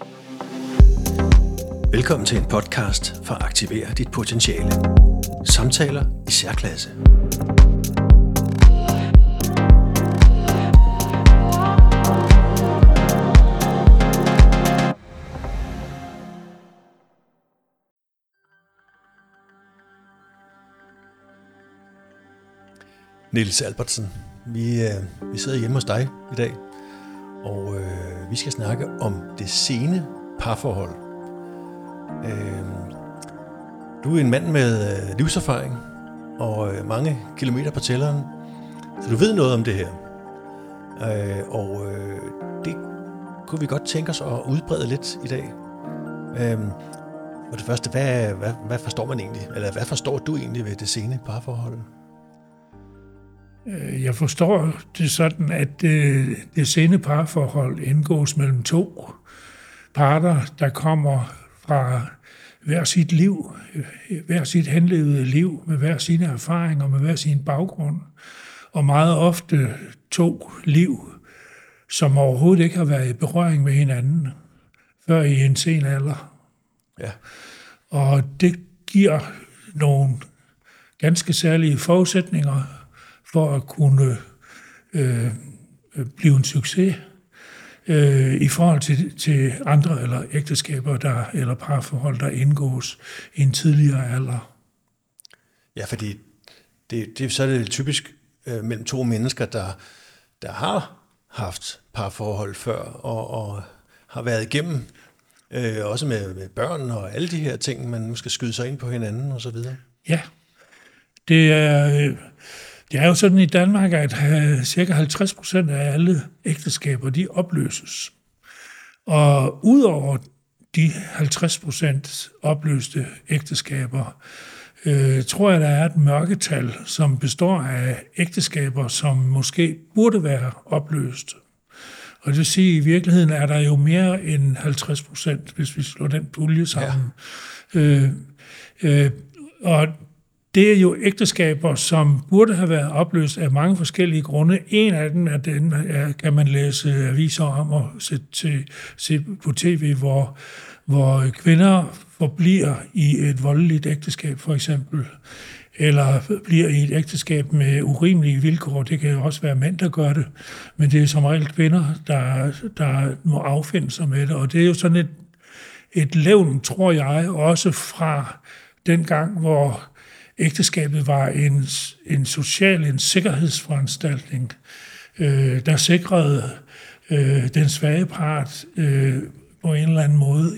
Velkommen til en podcast for at aktivere dit potentiale. Samtaler i særklasse. Niels Albertsen, vi sidder hjemme hos dig i dag, og vi skal snakke om det sene parforhold. Du er en mand med livserfaring og mange kilometer på tælleren, så du ved noget om det her. Det kunne vi godt tænke os at udbrede lidt i dag. Og det første, hvad forstår man egentlig, eller hvad forstår du egentlig ved det sene parforhold? Jeg forstår det sådan, at det sene parforhold indgås mellem to parter, der kommer fra hver sit liv, hver sit henlevede liv, med hver sine erfaringer, med hver sin baggrund, og meget ofte to liv, som overhovedet ikke har været i berøring med hinanden, før i en sen alder. Ja. Og det giver nogle ganske særlige forudsætninger for at kunne blive en succes i forhold til andre eller ægteskaber eller parforhold, der indgås i en tidligere alder. Ja, fordi så er det typisk mellem to mennesker, der har haft parforhold før og har været igennem, også med børn og alle de her ting, man nu skal skyde sig ind på hinanden og så videre. Ja, det er jo sådan i Danmark, at ca. 50% af alle ægteskaber, de opløses. Og udover de 50% opløste ægteskaber, tror jeg, der er et mørketal, som består af ægteskaber, som måske burde være opløst. Og det vil sige, at i virkeligheden er der jo mere end 50%, hvis vi slår den pulje sammen. Ja. Og det er jo ægteskaber, som burde have været opløst af mange forskellige grunde. En af dem kan man læse aviser om og se på tv, hvor kvinder forbliver i et voldeligt ægteskab, for eksempel, eller bliver i et ægteskab med urimelige vilkår. Det kan jo også være mænd, der gør det, men det er som regel kvinder, der må affinde sig med det. Og det er jo sådan et levn, tror jeg, også fra den gang, hvor ægteskabet var en sikkerhedsforanstaltning, der sikrede den svage part på en eller anden måde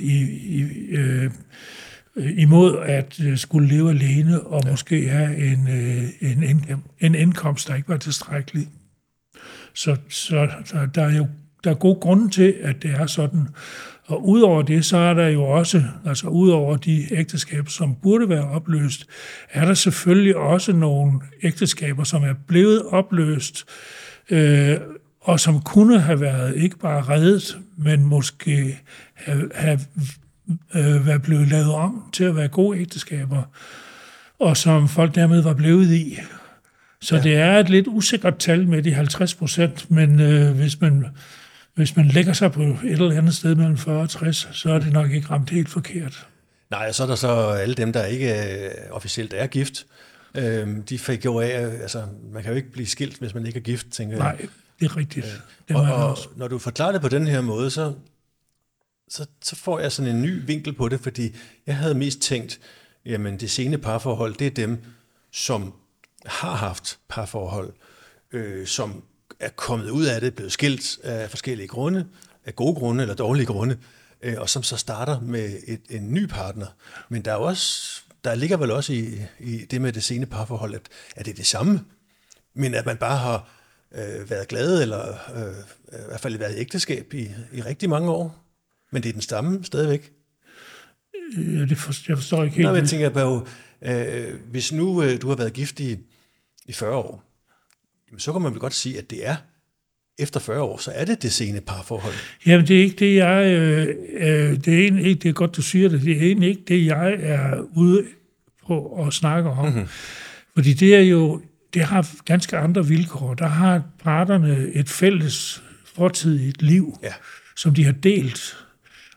imod at skulle leve alene og måske have en indkomst, der ikke var tilstrækkelig. Så der er gode grunde til, at det er sådan. Og udover det, så er der jo også, altså udover de ægteskaber, som burde være opløst, er der selvfølgelig også nogle ægteskaber, som er blevet opløst, og som kunne have været ikke bare reddet, men måske have været blevet lavet om til at være gode ægteskaber, og som folk dermed var blevet i. Så det er et lidt usikkert tal med de 50%, men hvis man lægger sig på et eller andet sted mellem 40 og 60, så er det nok ikke ramt helt forkert. Nej, så er der så alle dem, der ikke officielt er gift. De fik jo af, altså man kan jo ikke blive skilt, hvis man ikke er gift, tænker jeg. Nej, det er rigtigt. Og når du forklarer det på den her måde, så får jeg sådan en ny vinkel på det, fordi jeg havde mest tænkt, jamen det sene parforhold, det er dem, som har haft parforhold, som er kommet ud af det, blevet skilt af forskellige grunde, af gode grunde eller dårlige grunde, og som så starter med en ny partner. Men der ligger vel også i det med det sene parforhold, at det er det samme, men at man bare har været glad, eller i hvert fald været i ægteskab i rigtig mange år. Men det er den samme stadigvæk. Ja, jeg forstår ikke helt. Nej, men jeg tænker på, hvis nu du har været gift i 40 år, så kan man vel godt sige, at det er efter 40 år, så er det sene parforhold. Jamen, det er ikke det, det er egentlig ikke, det er godt, du siger det, det er egentlig ikke det, jeg er ude på at snakke om. Mm-hmm. Fordi det har ganske andre vilkår. Der har parterne et fælles fortidigt liv, som de har delt.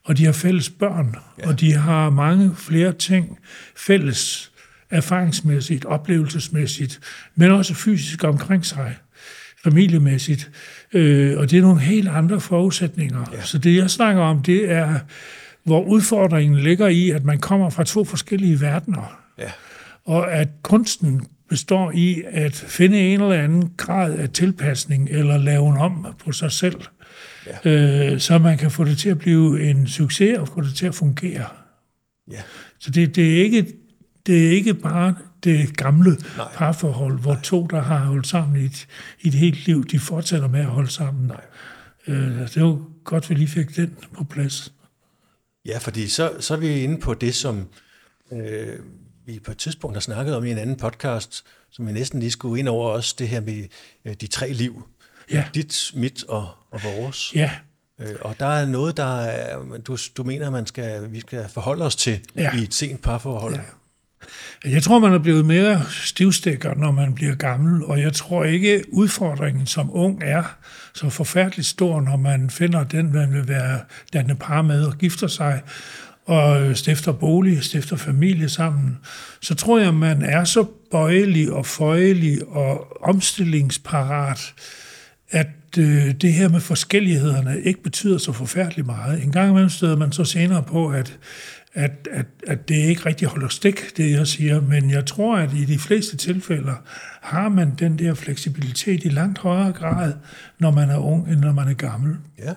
og de har fælles børn, og de har mange flere ting fælles, erfaringsmæssigt, oplevelsesmæssigt, men også fysisk omkring sig, familiemæssigt. Og det er nogle helt andre forudsætninger. Ja. Så det, jeg snakker om, det er, hvor udfordringen ligger i, at man kommer fra 2 forskellige verdener. Ja. Og at kunsten består i at finde en eller anden grad af tilpasning, eller lave en om på sig selv, så man kan få det til at blive en succes, og få det til at fungere. Ja. Så det er ikke bare det gamle parforhold, hvor 2, der har holdt sammen i et helt liv, de fortsætter med at holde sammen. Det er jo godt, vi lige fik den på plads. Ja, fordi så er vi inde på det, som vi på et tidspunkt har snakket om i en anden podcast, som vi næsten lige skulle ind over også, det her med de 3 liv. Ja. Dit, mit og vores. Ja. Og der er noget, du mener, vi skal forholde os til i et sent parforhold. Ja. Jeg tror, man er blevet mere stivstikker, når man bliver gammel, og jeg tror ikke, udfordringen som ung er så forfærdeligt stor, når man finder den, man vil være danne par med og gifter sig, og stifter bolig, stifter familie sammen. Så tror jeg, man er så bøjelig og føjelig og omstillingsparat, at det her med forskellighederne ikke betyder så forfærdeligt meget. En gang imellem støder man så senere på, at det ikke rigtig holder stik, det jeg siger, men jeg tror, at i de fleste tilfælde har man den der fleksibilitet i langt højere grad, når man er ung, end når man er gammel. Ja.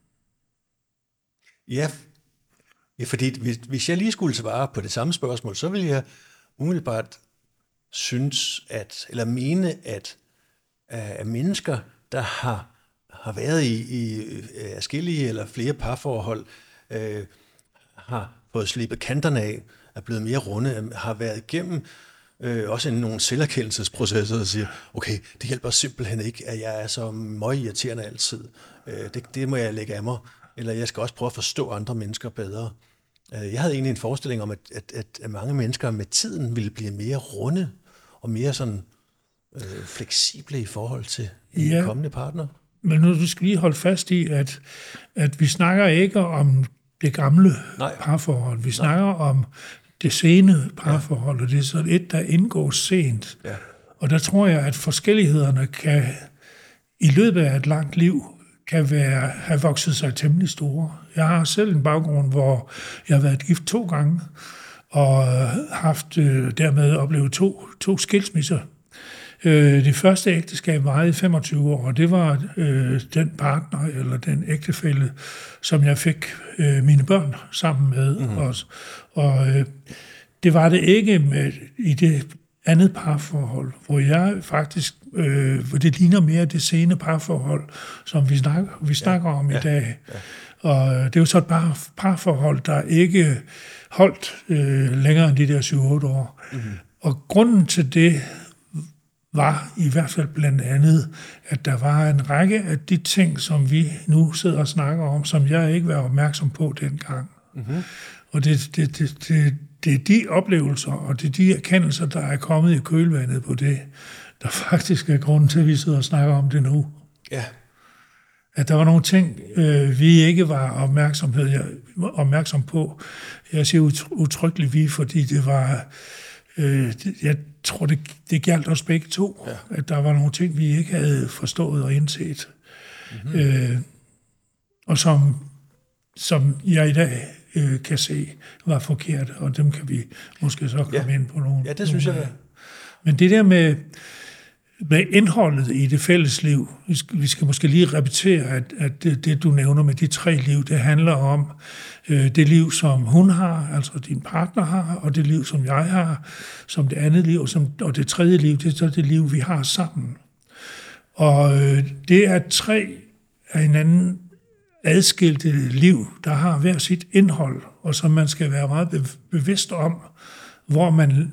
Ja, fordi hvis jeg lige skulle svare på det samme spørgsmål, så vil jeg umiddelbart mene, at mennesker, der har været i adskillige eller flere parforhold, har fået slebet kanterne af, er blevet mere runde, har været igennem også nogle selverkendelsesprocesser, og siger, okay, det hjælper simpelthen ikke, at jeg er så møgirriterende altid. Det må jeg lægge af mig, eller jeg skal også prøve at forstå andre mennesker bedre. Jeg havde egentlig en forestilling om, at mange mennesker med tiden ville blive mere runde, og mere sådan fleksible i forhold til en kommende partner. Men nu skal vi lige holde fast i, at vi snakker ikke om det gamle parforhold. Vi snakker om det sene parforhold, og det er sådan et, der indgår sent. Ja. Og der tror jeg, at forskellighederne kan i løbet af et langt liv have vokset sig temmelig store. Jeg har selv en baggrund, hvor jeg har været gift 2 gange, og haft dermed oplevet to skilsmisser. Det første ægteskab varede i 25 år, og det var den partner eller den ægtefælle, som jeg fik mine børn sammen med. Mm-hmm. Og det var det ikke i det andet parforhold, hvor jeg faktisk, hvor det ligner mere det sene parforhold, som vi snakker om i dag. Ja. Og det er jo så et parforhold, der ikke holdt længere end de der 7-8 år. Mm-hmm. Og grunden til det var i hvert fald blandt andet, at der var en række af de ting, som vi nu sidder og snakker om, som jeg ikke var opmærksom på dengang. Mm-hmm. Og det er de oplevelser, og det er de erkendelser, der er kommet i kølvandet på det, der faktisk er grunden til, at vi sidder og snakker om det nu. Ja. At der var nogle ting, vi ikke var opmærksom på. Jeg siger utryggeligt vi, fordi det var... jeg tror, det gjaldt os begge to, at der var nogle ting, vi ikke havde forstået og indset. Mm-hmm. Og som jeg i dag kan se, var forkert, og dem kan vi måske så komme ind på nogle. Ja, det synes jeg. Men det der med indholdet i det fælles liv, vi skal måske lige repetere, at det du nævner med de 3 liv, det handler om det liv, som hun har, altså din partner har, og det liv, som jeg har, som det andet liv, og det 3. liv, det er så det liv, vi har sammen. Og det er 3 af hinanden adskilte liv, der har hver sit indhold, og som man skal være meget bevidst om, hvor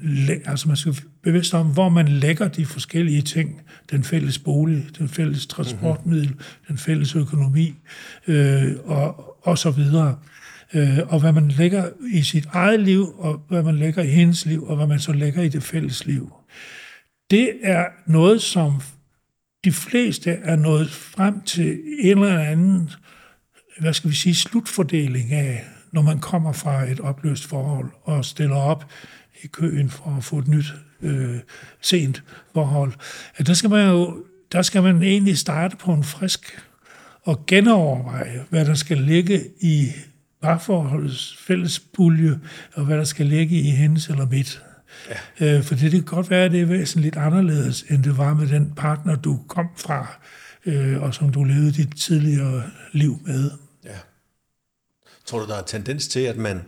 man lægger de forskellige ting, den fælles bolig, den fælles transportmiddel, den fælles økonomi, og så videre. Og hvad man lægger i sit eget liv, og hvad man lægger i hendes liv, og hvad man så lægger i det fælles liv. Det er noget, som de fleste er nået frem til en eller anden hvad skal vi sige, slutfordeling af, når man kommer fra et opløst forhold og stiller op i køen for at få et nyt sent forhold, at der skal man egentlig starte på en frisk og genoverveje, hvad der skal ligge i parforholdets fælles pulje, og hvad der skal ligge i hendes eller mit. Ja. For det kan godt være, at det er væsentligt anderledes, end det var med den partner, du kom fra, og som du levede dit tidligere liv med. Ja. Tror du, der er tendens til, at man,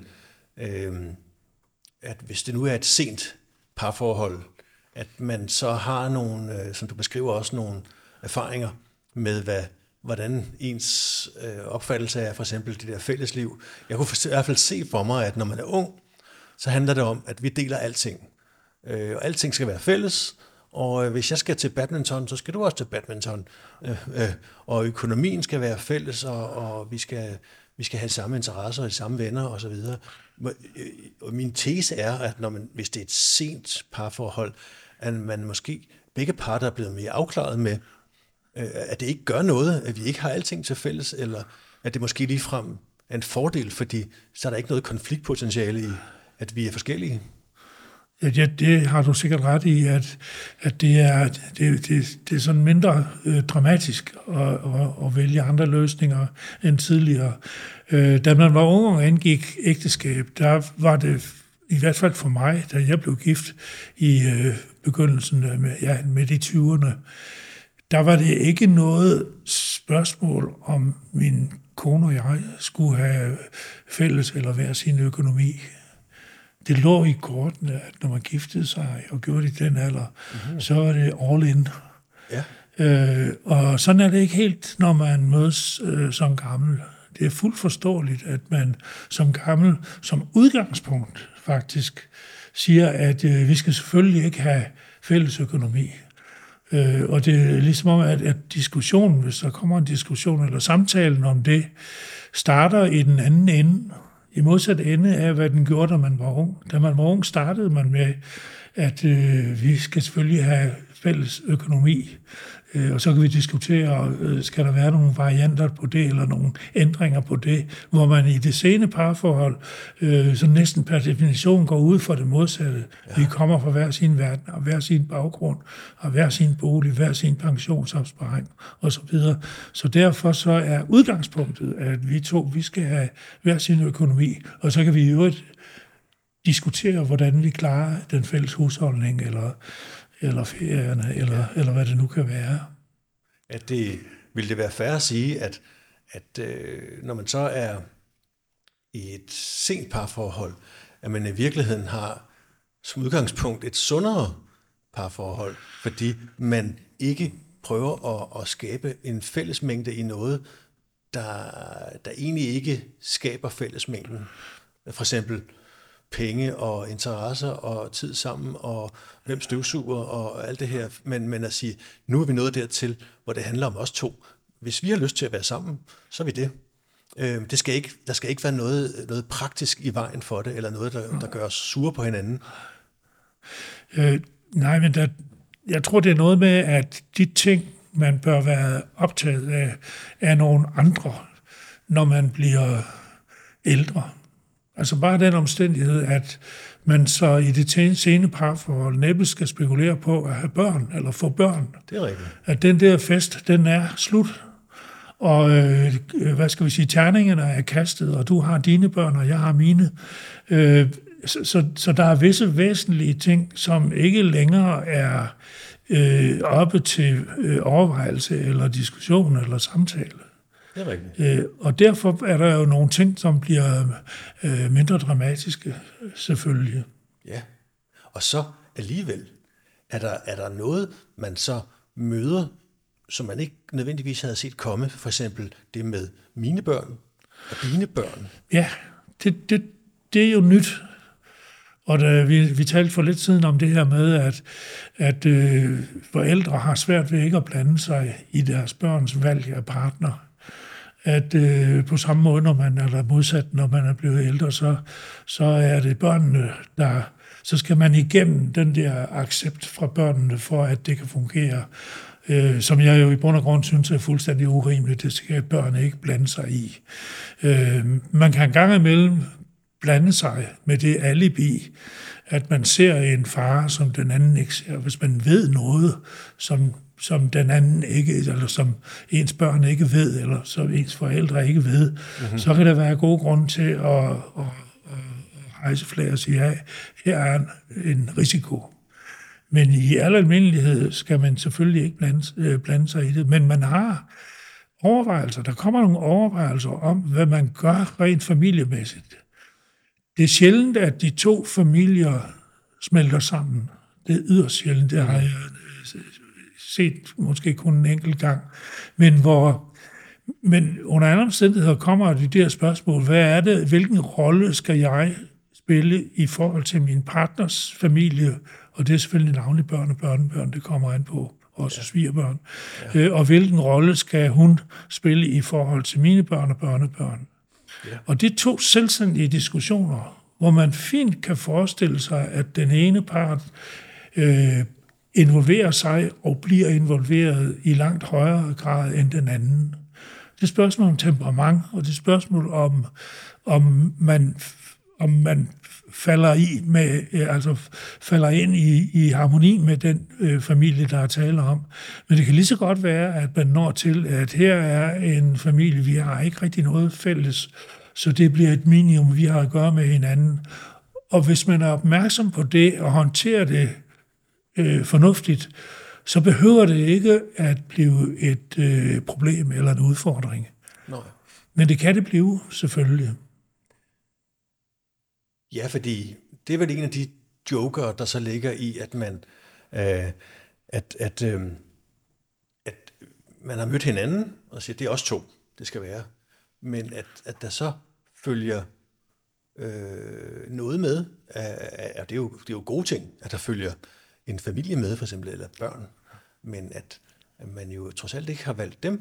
at hvis det nu er et sent parforhold, at man så har nogle, som du beskriver også, nogle erfaringer med, hvordan ens opfattelse er for eksempel det der fællesliv. Jeg kunne i hvert fald se for mig, at når man er ung, så handler det om, at vi deler alting. Og alting skal være fælles, og hvis jeg skal til badminton, så skal du også til badminton. Og økonomien skal være fælles, og vi skal have samme interesser og samme venner osv. Og min tese er, at hvis det er et sent parforhold, at man måske begge parter er blevet mere afklaret med, at det ikke gør noget, at vi ikke har alting til fælles, eller at det måske ligefrem er en fordel, fordi så er der ikke noget konfliktpotentiale i, at vi er forskellige. Ja, det har du sikkert ret i, at det er sådan mindre dramatisk at vælge andre løsninger end tidligere. Da man var ung og indgik ægteskab, der var det i hvert fald for mig, da jeg blev gift i begyndelsen midt i 20'erne, der var det ikke noget spørgsmål, om min kone og jeg skulle have fælles eller hver sin økonomi. Det lå i kortene, at når man giftede sig og gjorde det i den alder, så var det all in. Ja. Og sådan er det ikke helt, når man mødes som gammel. Det er fuldt forståeligt, at man som gammel, som udgangspunkt faktisk, siger, at vi skal selvfølgelig ikke have fælles økonomi. Og det er ligesom om, at diskussionen, hvis der kommer en diskussion eller samtalen om det, starter i den anden ende, i modsat ende af, hvad den gjorde, da man var ung. Da man var ung, startede man med, at vi skal selvfølgelig have fælles økonomi. Og så kan vi diskutere, skal der være nogle varianter på det, eller nogle ændringer på det, hvor man i det sene parforhold, så næsten per definition går ud for det modsatte. Ja. Vi kommer fra hver sin verden, og hver sin baggrund, og hver sin bolig, hver sin pensionsopsparing, osv. Så derfor så er udgangspunktet, at vi skal have hver sin økonomi, og så kan vi i øvrigt diskutere, hvordan vi klarer den fælles husholdning, eller ferierne, eller hvad det nu kan være. Vil det være fair at sige, at når man så er i et sent parforhold, at man i virkeligheden har som udgangspunkt et sundere parforhold, fordi man ikke prøver at skabe en fællesmængde i noget, der egentlig ikke skaber fællesmængden. For eksempel penge og interesser og tid sammen og hvem støvsuger og alt det her. Men at sige, nu er vi nået dertil, hvor det handler om os to. Hvis vi har lyst til at være sammen, så er vi det. Der skal ikke være noget praktisk i vejen for det, eller noget, der gør os sure på hinanden. Nej, men jeg tror, det er noget med, at de ting, man bør være optaget af, er nogle andre, når man bliver ældre. Altså bare den omstændighed, at man så i det sene parforhold næppe skal spekulere på at have børn, eller få børn. Det er rigtigt. At den der fest, den er slut. Og hvad skal vi sige, terningerne er kastet, og du har dine børn, og jeg har mine. Så der er visse væsentlige ting, som ikke længere er oppe til overvejelse, eller diskussion, eller samtale. Det er rigtigt. Og derfor er der jo nogle ting, som bliver mindre dramatiske, selvfølgelig. Ja, og så alligevel er der noget, man så møder, som man ikke nødvendigvis havde set komme, for eksempel det med mine børn og dine børn. Ja, det er jo nyt. Og vi talte for lidt siden om det her med, at forældre har svært ved ikke at blande sig i deres børns valg af partner. At på samme måde, når man er blevet ældre, så er det børnene, så skal man igennem den der accept fra børnene, for at det kan fungere. som jeg jo i bund og grund synes er fuldstændig urimeligt. Det skal børn ikke blande sig i. Man kan en gang imellem blande sig med det alibi, at man ser en far, som den anden ikke ser. Hvis man ved noget, som den anden ikke, eller som ens børn ikke ved, eller som ens forældre ikke ved, så kan der være gode grunde til at hejse flag og sige, ja, her er en risiko. Men i al almindelighed skal man selvfølgelig ikke blande sig i det, men man har overvejelser. Der kommer nogle overvejelser om, hvad man gør rent familiemæssigt. Det er sjældent, at de to familier smelter sammen. Det er yderst sjældent. Det har jeg set måske kun en enkelt gang. Men under andre omstændigheder kommer de der spørgsmål. Hvad er det? Hvilken rolle skal jeg spille i forhold til min partners familie? Og det er selvfølgelig navnlig børn og børnebørn, det kommer an på. Også svigerbørn. Ja. Og hvilken rolle skal hun spille i forhold til mine børn og børnebørn? Ja. Og det er to selvstændige diskussioner, hvor man fint kan forestille sig, at den ene part involverer sig og bliver involveret i langt højere grad end den anden. Det er spørgsmål om temperament, og det er spørgsmål om man falder ind i harmoni med den familie, der er tale om. Men det kan lige så godt være, at man når til, at her er en familie, vi har ikke rigtig noget fælles, så det bliver et minimum, vi har at gøre med hinanden. Og hvis man er opmærksom på det og håndterer det fornuftigt, så behøver det ikke at blive et problem eller en udfordring. Nej. Men det kan det blive, selvfølgelig. Ja, fordi det er vel en af de joker, der så ligger i, at man at man har mødt hinanden og siger, det er os to, det skal være. Men at der så følger noget med, og det er jo gode ting, at der følger en familie med, for eksempel, eller børn, men at man jo trods alt ikke har valgt dem,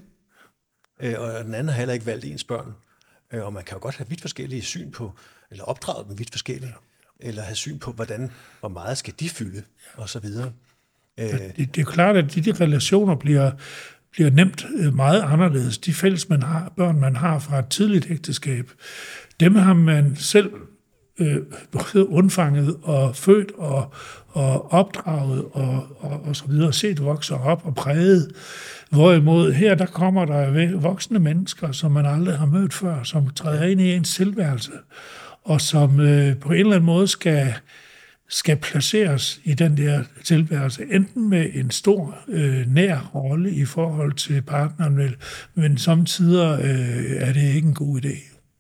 og den anden har heller ikke valgt ens børn. Og man kan jo godt have vidt forskellige syn på, eller opdraget dem vidt forskellige, eller have syn på, hvor meget skal de fylde, og så videre. Det er klart, at de relationer bliver nemt meget anderledes. De fælles børn, man har fra et tidligt ægteskab, dem har man selv både undfanget og født og opdraget og så videre, set vokse op og præget. Hvorimod her, der kommer der voksne mennesker, som man aldrig har mødt før, som træder ind i ens tilværelse, og som på en eller anden måde skal placeres i den der tilværelse, enten med en stor nær rolle i forhold til partneren, men samtidig er det ikke en god idé.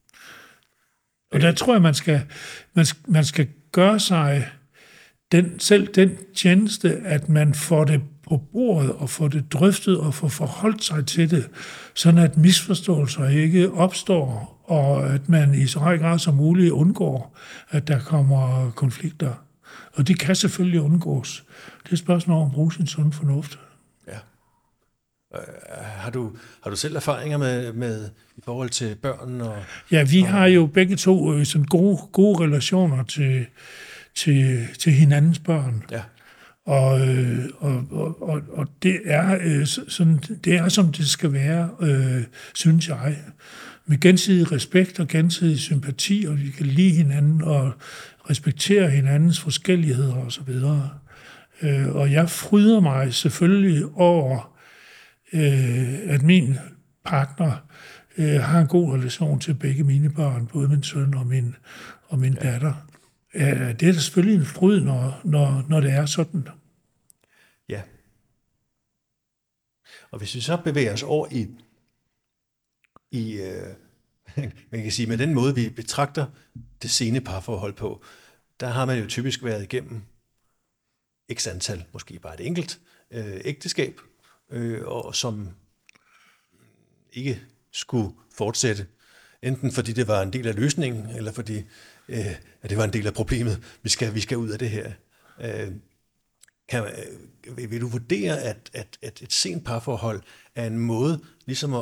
Og der tror jeg, man skal gøre sig selv den tjeneste, at man får det på bordet og får det drøftet og får forholdt sig til det, sådan at misforståelser ikke opstår, og at man i så høj grad som muligt undgår, at der kommer konflikter. Og det kan selvfølgelig undgås. Det er et spørgsmål om at bruge sin sunde fornuft. Ja. Har du selv erfaringer med i forhold til børn? Ja, vi har jo begge to sådan gode relationer til hinandens børn. Ja. Og det er sådan, det er som det skal være, synes jeg. Med gensidig respekt og gensidig sympati, og vi kan lide hinanden og respektere hinandens forskelligheder og så videre. Og jeg fryder mig selvfølgelig over, at min partner har en god relation til begge mine børn, både min søn og min datter. Det er selvfølgelig en fryd, når det er sådan. Ja. Og hvis vi så bevæger os over i man kan sige, med den måde, vi betragter det sene parforhold på, der har man jo typisk været igennem x antal, måske bare et enkelt ægteskab, og som ikke skulle fortsætte, enten fordi det var en del af løsningen, eller fordi at det var en del af problemet. Vi skal ud af det her. Vil du vurdere, at et sent parforhold er en måde ligesom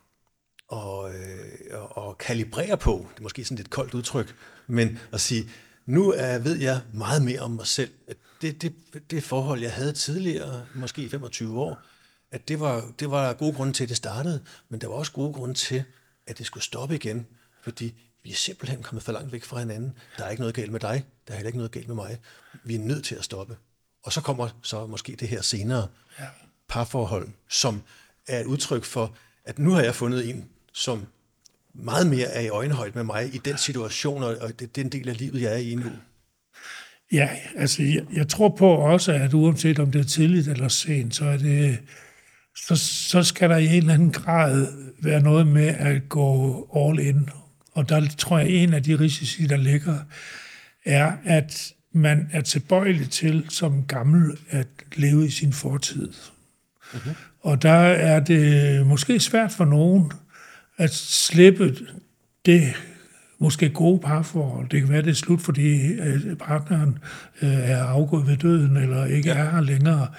at kalibrere på, det er måske sådan et koldt udtryk, men at sige, nu ved jeg meget mere om mig selv. Det forhold, jeg havde tidligere, måske 25 år, at det var gode grunde til, at det startede, men der var også gode grunde til, at det skulle stoppe igen, fordi vi er simpelthen kommet for langt væk fra hinanden. Der er ikke noget galt med dig, der er heller ikke noget galt med mig. Vi er nødt til at stoppe. Og så kommer så måske det her senere parforhold, som er et udtryk for, at nu har jeg fundet en, som meget mere er i øjenhøjde med mig i den situation, og det er den del af livet, jeg er i nu. Ja, altså jeg tror på også, at uanset om det er tidligt eller sent, så er det så skal der i en eller anden grad være noget med at gå all in. Og der tror jeg, en af de risici, der ligger, er, at man er tilbøjelig til som gammel at leve i sin fortid. Mm-hmm. Og der er det måske svært for nogen at slippe det måske gode parforhold. Det kan være, det er slut, fordi partneren er afgået ved døden, eller ikke er her længere.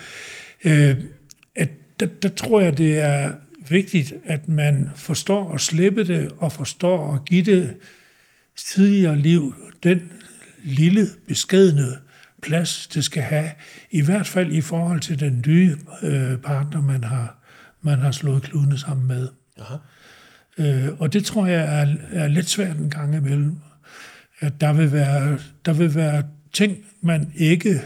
Der tror jeg, det er vigtigt, at man forstår at slippe det, og forstår at give det tidligere liv den lille, beskedne plads, det skal have, i hvert fald i forhold til den nye partner, man har slået kludene sammen med. Aha. Og det tror jeg er lidt svært en gang imellem. At der vil være ting, man ikke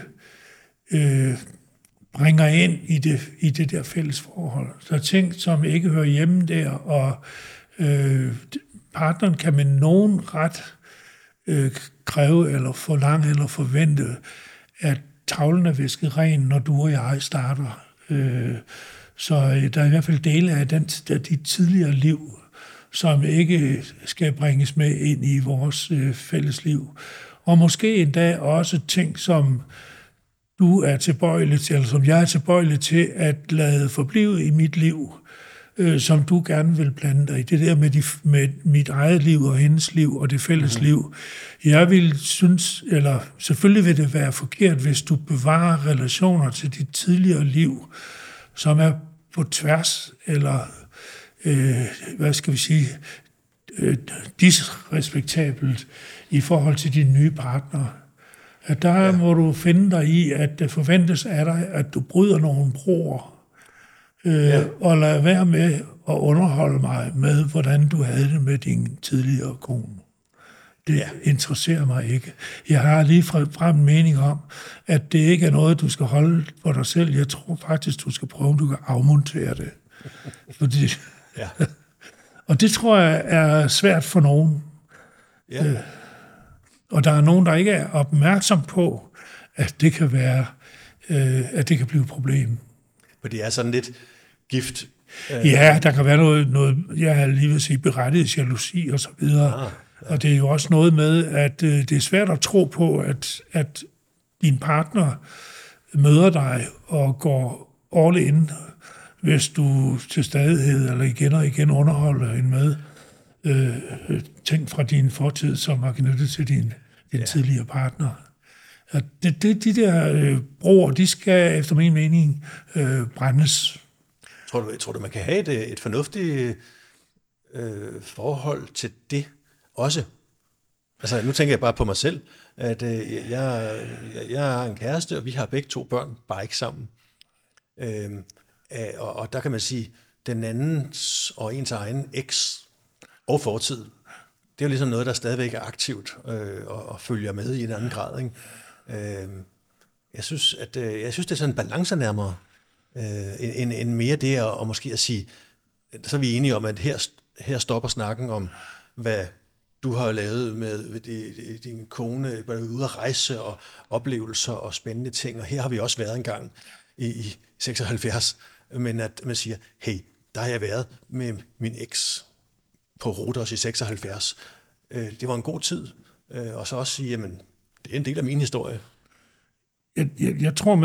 bringer ind i det der fælles forhold. Der er ting, som ikke hører hjemme der, og partneren kan med nogen ret kræve, eller forlange, eller forvente, at tavlen er visket ren, når du og jeg starter. Så der er i hvert fald dele af dit tidligere liv, som ikke skal bringes med ind i vores fælles liv. Og måske endda også ting, som du er tilbøjelig til, eller som jeg er tilbøjelig til at lade forblive i mit liv, som du gerne vil blande dig i. Det der med mit eget liv og hendes liv og det fælles liv. Jeg vil synes, eller selvfølgelig vil det være forkert, hvis du bevarer relationer til dit tidligere liv, som er på tværs, eller hvad skal vi sige, disrespektabelt i forhold til din nye partner. At der må du finde dig i, at det forventes af dig, at du bryder nogle broer, og lader være med at underholde mig med, hvordan du havde det med din tidligere kone. Det interesserer mig ikke. Jeg har lige frem en mening om, at det ikke er noget, du skal holde for dig selv. Jeg tror faktisk, du skal prøve, om du kan afmontere det. Fordi, og det tror jeg er svært for nogen. Ja. Og der er nogen, der ikke er opmærksom på, at det kan være, at det kan blive et problem. For det er sådan lidt gift. Ja, der kan være noget jeg har lige vil sige, berettiget jalousi og så videre. Og det er jo også noget med, at det er svært at tro på, at din partner møder dig og går all in, hvis du til stadighed eller igen og igen underholder hende med ting fra din fortid, som er knyttet til din tidligere partner. De der broer, de skal efter min mening brændes. Tror du, man kan have et fornuftigt forhold til det også? Altså, nu tænker jeg bare på mig selv, at jeg har en kæreste, og vi har begge 2 børn, bare ikke sammen. Og der kan man sige, den andens og ens egen eks og fortid, det er jo ligesom noget, der stadigvæk er aktivt og følger med i en anden grad. Ikke? Jeg synes, det er sådan en balance nærmere, end mere det, og måske at sige, så er vi enige om, at her stopper snakken om, hvad du har lavet med din kone, ude at rejse og oplevelser og spændende ting, og her har vi også været engang i 76, men at man siger, hey, der har jeg været med min eks på Rhodos i 76. Det var en god tid, og så også sige, jamen, det er en del af min historie. Jeg tror,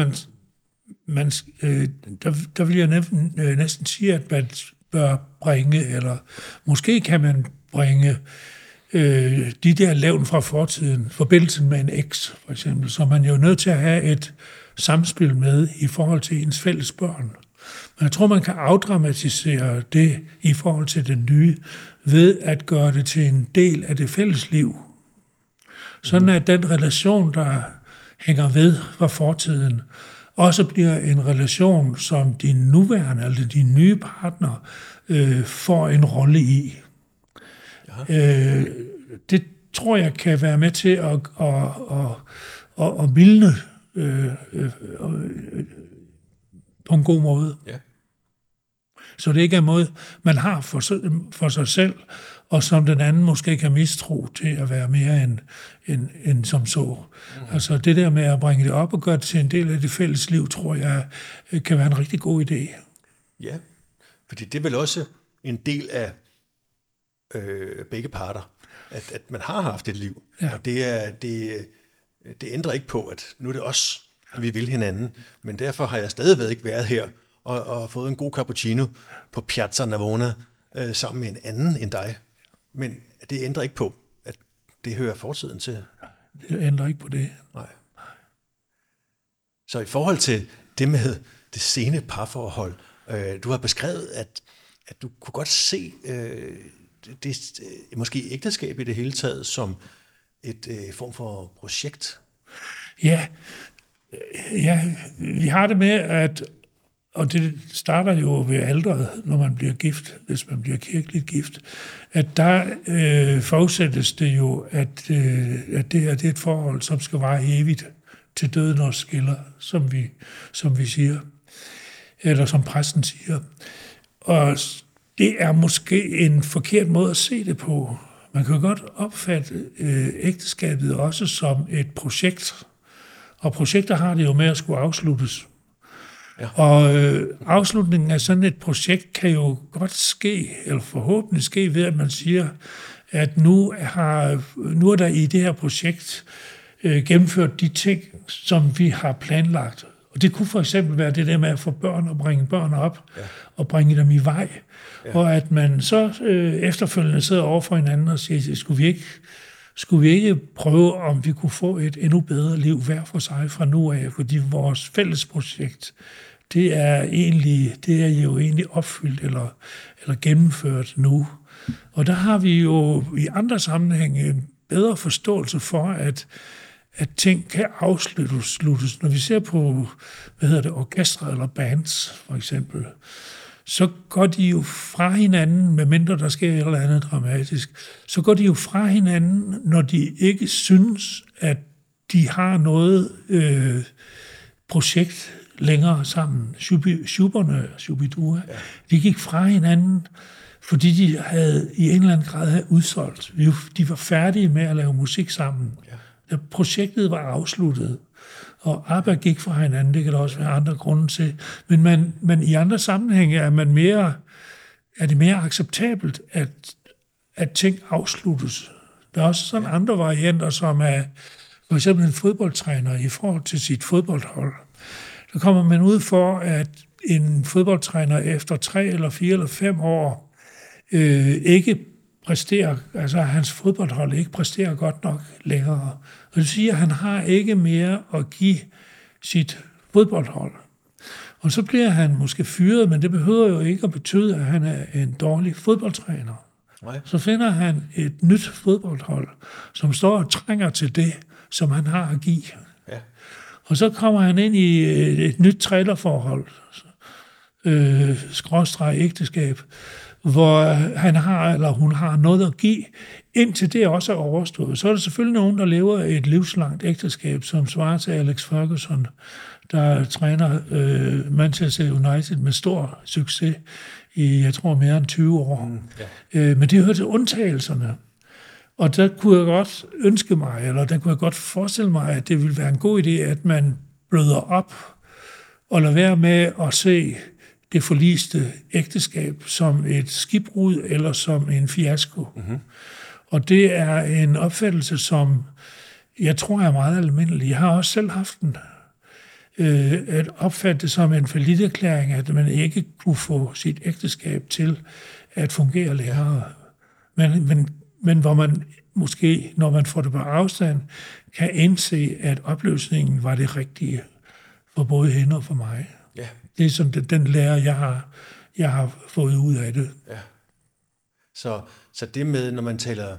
der vil jeg næsten sige, at man bør bringe, eller måske kan man bringe de der levn fra fortiden, forbindelsen med en eks, for eksempel, så man jo er nødt til at have et samspil med i forhold til ens fælles børn. Men jeg tror, man kan afdramatisere det i forhold til den nye, ved at gøre det til en del af det fælles liv. Sådan at den relation, der hænger ved fra fortiden, også bliver en relation, som din nuværende eller din nye partner får en rolle i. Det tror jeg kan være med til at mildne på en god måde. Ja. Så det ikke er en måde, man har for sig selv, og som den anden måske kan mistro til at være mere end som så. Altså det der med at bringe det op og gøre det til en del af det fælles liv, tror jeg kan være en rigtig god idé. Ja, fordi det er vel også en del af begge parter, at man har haft et liv. Ja. Og det ændrer ikke på, at nu er det os, vi vil hinanden. Men derfor har jeg stadigvæk været her og fået en god cappuccino på Piazza Navona sammen med en anden end dig. Men det ændrer ikke på, at det hører fortiden til. Det ændrer ikke på det. Nej. Så i forhold til det med det sene parforhold, du har beskrevet, at du kunne godt se det måske ægteskab i det hele taget som et form for projekt. Ja, vi har det med, at og det starter jo ved alderet, når man bliver gift, hvis man bliver kirkeligt gift, at der forudsættes det jo, at det her det er et forhold, som skal vare evigt til døden os skiller, som vi siger, eller som præsten siger. Og det er måske en forkert måde at se det på. Man kan jo godt opfatte ægteskabet også som et projekt, og projekter har det jo med at skulle afsluttes. Ja. Og afslutningen af sådan et projekt kan jo godt ske, eller forhåbentlig ske ved, at man siger, at nu er der i det her projekt gennemført de ting, som vi har planlagt. Og det kunne for eksempel være det der med at få børn og bringe børn op, og bringe dem i vej. Ja. Og at man så efterfølgende sidder over for hinanden og siger, skulle vi ikke prøve, om vi kunne få et endnu bedre liv hver for sig fra nu af, fordi vores fælles projekt, det er jo egentlig opfyldt eller gennemført nu. Og der har vi jo i andre sammenhænge en bedre forståelse for, at ting kan afsluttes. Når vi ser på, orkestre eller bands, for eksempel, så går de jo fra hinanden, medmindre der sker et eller andet dramatisk, så går de jo fra hinanden, når de ikke synes, at de har noget projekt længere sammen. Schuberne og Shubidua, de gik fra hinanden, fordi de havde i en eller anden grad havde udsolgt. De var færdige med at lave musik sammen. Ja. Projektet var afsluttet, og ABBA gik fra hinanden, det kan der også være andre grunde til. Men i andre sammenhænge er det mere acceptabelt, at ting afsluttes. Der er også sådan andre varianter, som er for eksempel en fodboldtræner i forhold til sit fodboldhold. Der kommer man ud for, at en fodboldtræner efter 3 eller 4 eller 5 år ikke præsterer, altså hans fodboldhold ikke præsterer godt nok længere. Og det siger, at han har ikke mere at give sit fodboldhold. Og så bliver han måske fyret, men det behøver jo ikke at betyde, at han er en dårlig fodboldtræner. Nej. Så finder han et nyt fodboldhold, som står og trænger til det, som han har at give. Ja. Og så kommer han ind i et nyt trænerforhold, ægteskab, hvor han har eller hun har noget at give, indtil det også er overstået. Så er der selvfølgelig nogen, der lever et livslangt ægteskab, som svarer til Alex Ferguson, der træner Manchester United med stor succes i, jeg tror, mere end 20 år. Men det hører til undtagelserne. Og der kunne jeg godt ønske mig, eller der kunne jeg godt forestille mig, at det ville være en god idé, at man bløder op og lader være med at se det forliste ægteskab som et skibbrud eller som en fiasko. Mm-hmm. Og det er en opfattelse, som jeg tror er meget almindelig. Jeg har også selv haft den. At opfatte det som en falliterklæring, at man ikke kunne få sit ægteskab til at fungere længere. Men hvor man måske, når man får det på afstand, kan indse, at opløsningen var det rigtige for både hende og for mig. Ja. Det er som den lærer, jeg har fået ud af det. Ja. Så det med, når man taler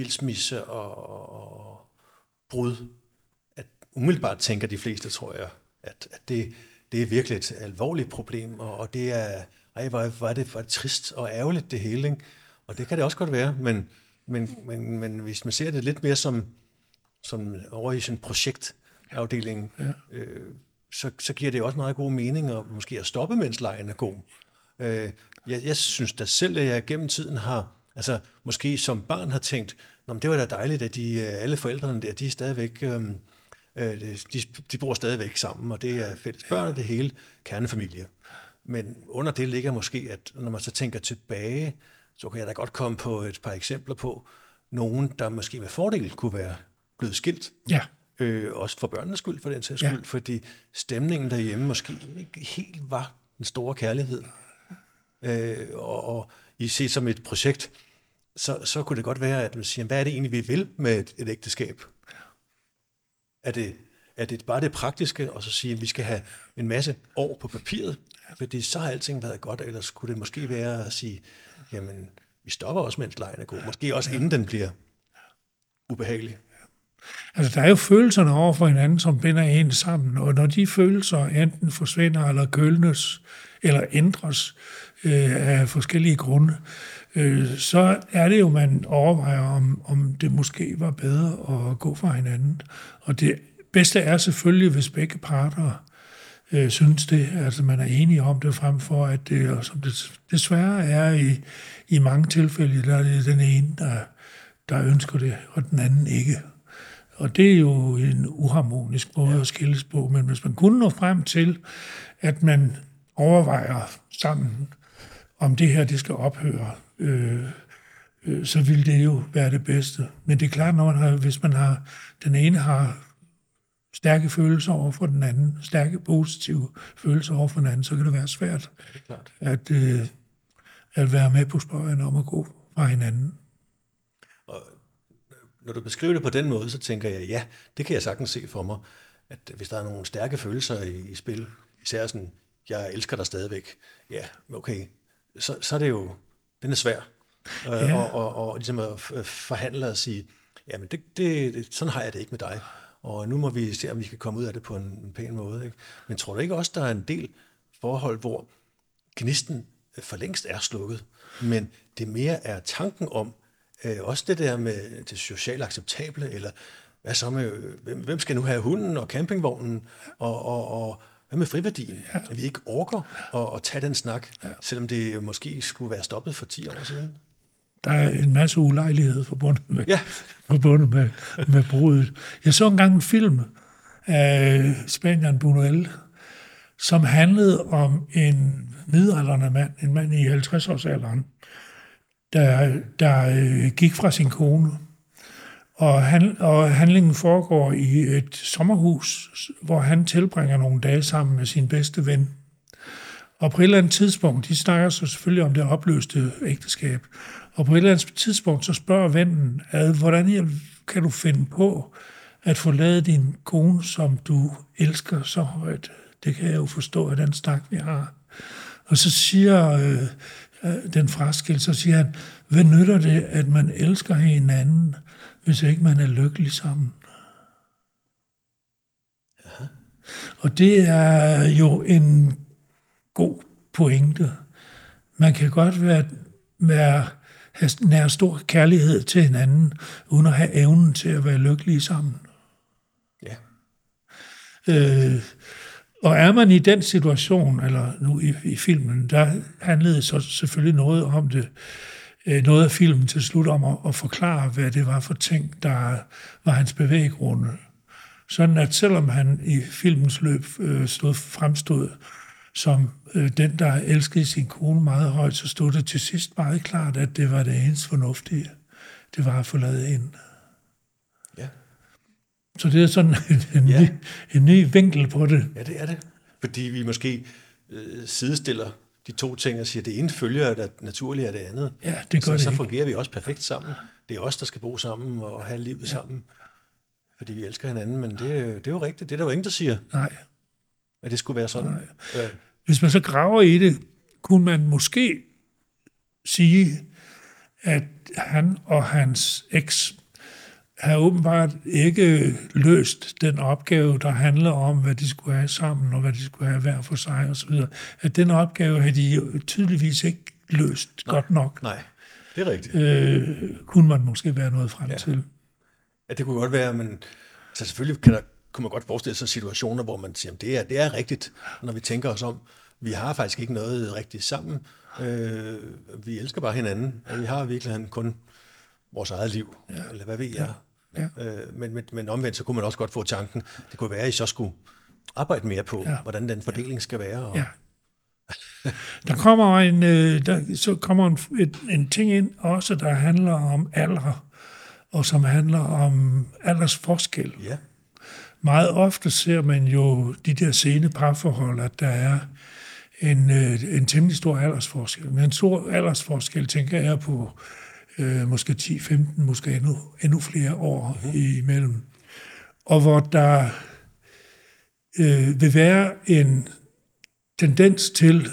skilsmisse og brud, at umiddelbart tænker de fleste, tror jeg, at det er virkelig et alvorligt problem, og det er, hvor er det trist og ærgerligt det hele, ikke? Og det kan det også godt være, men hvis man ser det lidt mere som over i sådan en projektafdeling, så giver det også meget god mening at måske at stoppe, mens lejen er god. Jeg synes da selv, at jeg gennem tiden har, altså måske som barn har tænkt, det var da dejligt, at alle forældrene der, de er stadigvæk, de bor stadigvæk sammen, og det er fælles børn og det hele, kernefamilie. Men under det ligger måske, at når man så tænker tilbage, så kan jeg da godt komme på et par eksempler på nogen, der måske med fordel kunne være blevet skilt. Ja. Også for børnenes skyld, for den sags skyld, fordi stemningen derhjemme måske ikke helt var den store kærlighed. Og I ser som et projekt, så kunne det godt være, at man siger, hvad er det egentlig, vi vil med et ægteskab? Er det bare det praktiske, og så sige, at vi skal have en masse år på papiret, fordi så har alting været godt, ellers kunne det måske være at sige, jamen, vi stopper også, mens lejen er god. Måske også inden den bliver ubehagelig. Altså, der er jo følelserne over for hinanden, som binder en sammen, og når de følelser enten forsvinder, eller kølnes, eller ændres af forskellige grunde, så er det jo, man overvejer, om det måske var bedre at gå fra hinanden. Og det bedste er selvfølgelig, hvis begge parter synes det, altså man er enige om det, frem for at det, og som det desværre er i mange tilfælde, der er det den ene, der ønsker det, og den anden ikke. Og det er jo en uharmonisk måde at skilles på, men hvis man kunne nå frem til, at man overvejer sammen, om det her det skal ophøre, så vil det jo være det bedste. Men det er klart, hvis man har, den ene har stærke følelser over for den anden, stærke positive følelser over for den anden, så kan det være svært at være med på spøjen om at gå fra hinanden. Og når du beskriver det på den måde, så tænker jeg, ja, det kan jeg sagtens se for mig, at hvis der er nogle stærke følelser i spil, især sådan, jeg elsker dig stadigvæk, ja, okay, så er det jo, den er svær. Og ligesom at forhandle og sige, jamen sådan har jeg det ikke med dig, og nu må vi se, om vi kan komme ud af det på en pæn måde. Ikke? Men tror du ikke også, der er en del forhold, hvor gnisten for længst er slukket, men det mere er tanken om, også det der med det socialt acceptable, eller hvad så med, hvem skal nu have hunden og campingvognen, og hvad med friværdien? At vi ikke orker at tage den snak, selvom det måske skulle være stoppet for 10 år siden. Der er en masse ulejlighed forbundet med bruddet. Jeg så engang en film af spanieren Buñuel, som handlede om en midaldrende mand, en mand i 50-årsalderen, der gik fra sin kone. Og handlingen foregår i et sommerhus, hvor han tilbringer nogle dage sammen med sin bedste ven. Og på et eller andet tidspunkt, de snakker så selvfølgelig om det opløste ægteskab, og på et eller andet tidspunkt, så spørger vennen, hvordan kan du finde på at forlade din kone, som du elsker så højt? Det kan jeg jo forstå af den snak, vi har. Og så siger den fraskilt, så siger han, hvad nytter det, at man elsker hinanden, hvis ikke man er lykkelig sammen? Aha. Og det er jo en god pointe. Man kan godt have nær stor kærlighed til hinanden, uden at have evnen til at være lykkelige sammen. Ja. Og er man i den situation, eller nu i filmen, der handlede så selvfølgelig noget om det, noget af filmen til slut om at forklare, hvad det var for ting, der var hans bevæggrunde. Sådan at selvom han i filmens løb fremstod som den, der elskede sin kone meget højt, så stod det til sidst meget klart, at det var det eneste fornuftige. Det var at forlade hende. Ja. Så det er sådan en ny vinkel på det. Ja, det er det. Fordi vi måske sidestiller de to ting og siger, at det ene følger at naturligt af det andet. Ja, det gør det. Så fungerer vi også perfekt sammen. Det er os, der skal bo sammen og have livet sammen. Fordi vi elsker hinanden, men det er jo rigtigt. Det er der jo ingen, der siger. Nej. At det skulle være sådan. Hvis man så graver i det, kunne man måske sige, at han og hans eks har åbenbart ikke løst den opgave, der handler om, hvad de skulle have sammen, og hvad de skulle have hver for sig osv. At den opgave har de jo tydeligvis ikke løst godt nok. Nej, det er rigtigt. Kunne man måske være noget frem til. Ja, det kunne godt være, men så selvfølgelig kunne man godt forestille sig situationer, hvor man siger, at det er rigtigt, når vi tænker os om. Vi har faktisk ikke noget rigtigt sammen. Vi elsker bare hinanden, og vi har virkelig kun vores eget liv, eller hvad ved jeg. Ja. Men omvendt, så kunne man også godt få tanken, det kunne være, at I så skulle arbejde mere på, hvordan den fordeling skal være. Og... Ja. Der kommer en ting ind også, der handler om alder, og som handler om aldersforskel. Ja. Meget ofte ser man jo de der sene parforhold, at der er en temmelig stor aldersforskel. Men en stor aldersforskel, tænker jeg på måske 10-15, måske endnu flere år imellem. Og hvor der vil være en tendens til,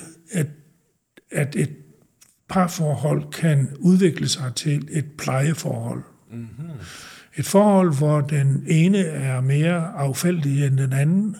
at et parforhold kan udvikle sig til et plejeforhold. Mm-hmm. Et forhold, hvor den ene er mere affældig end den anden,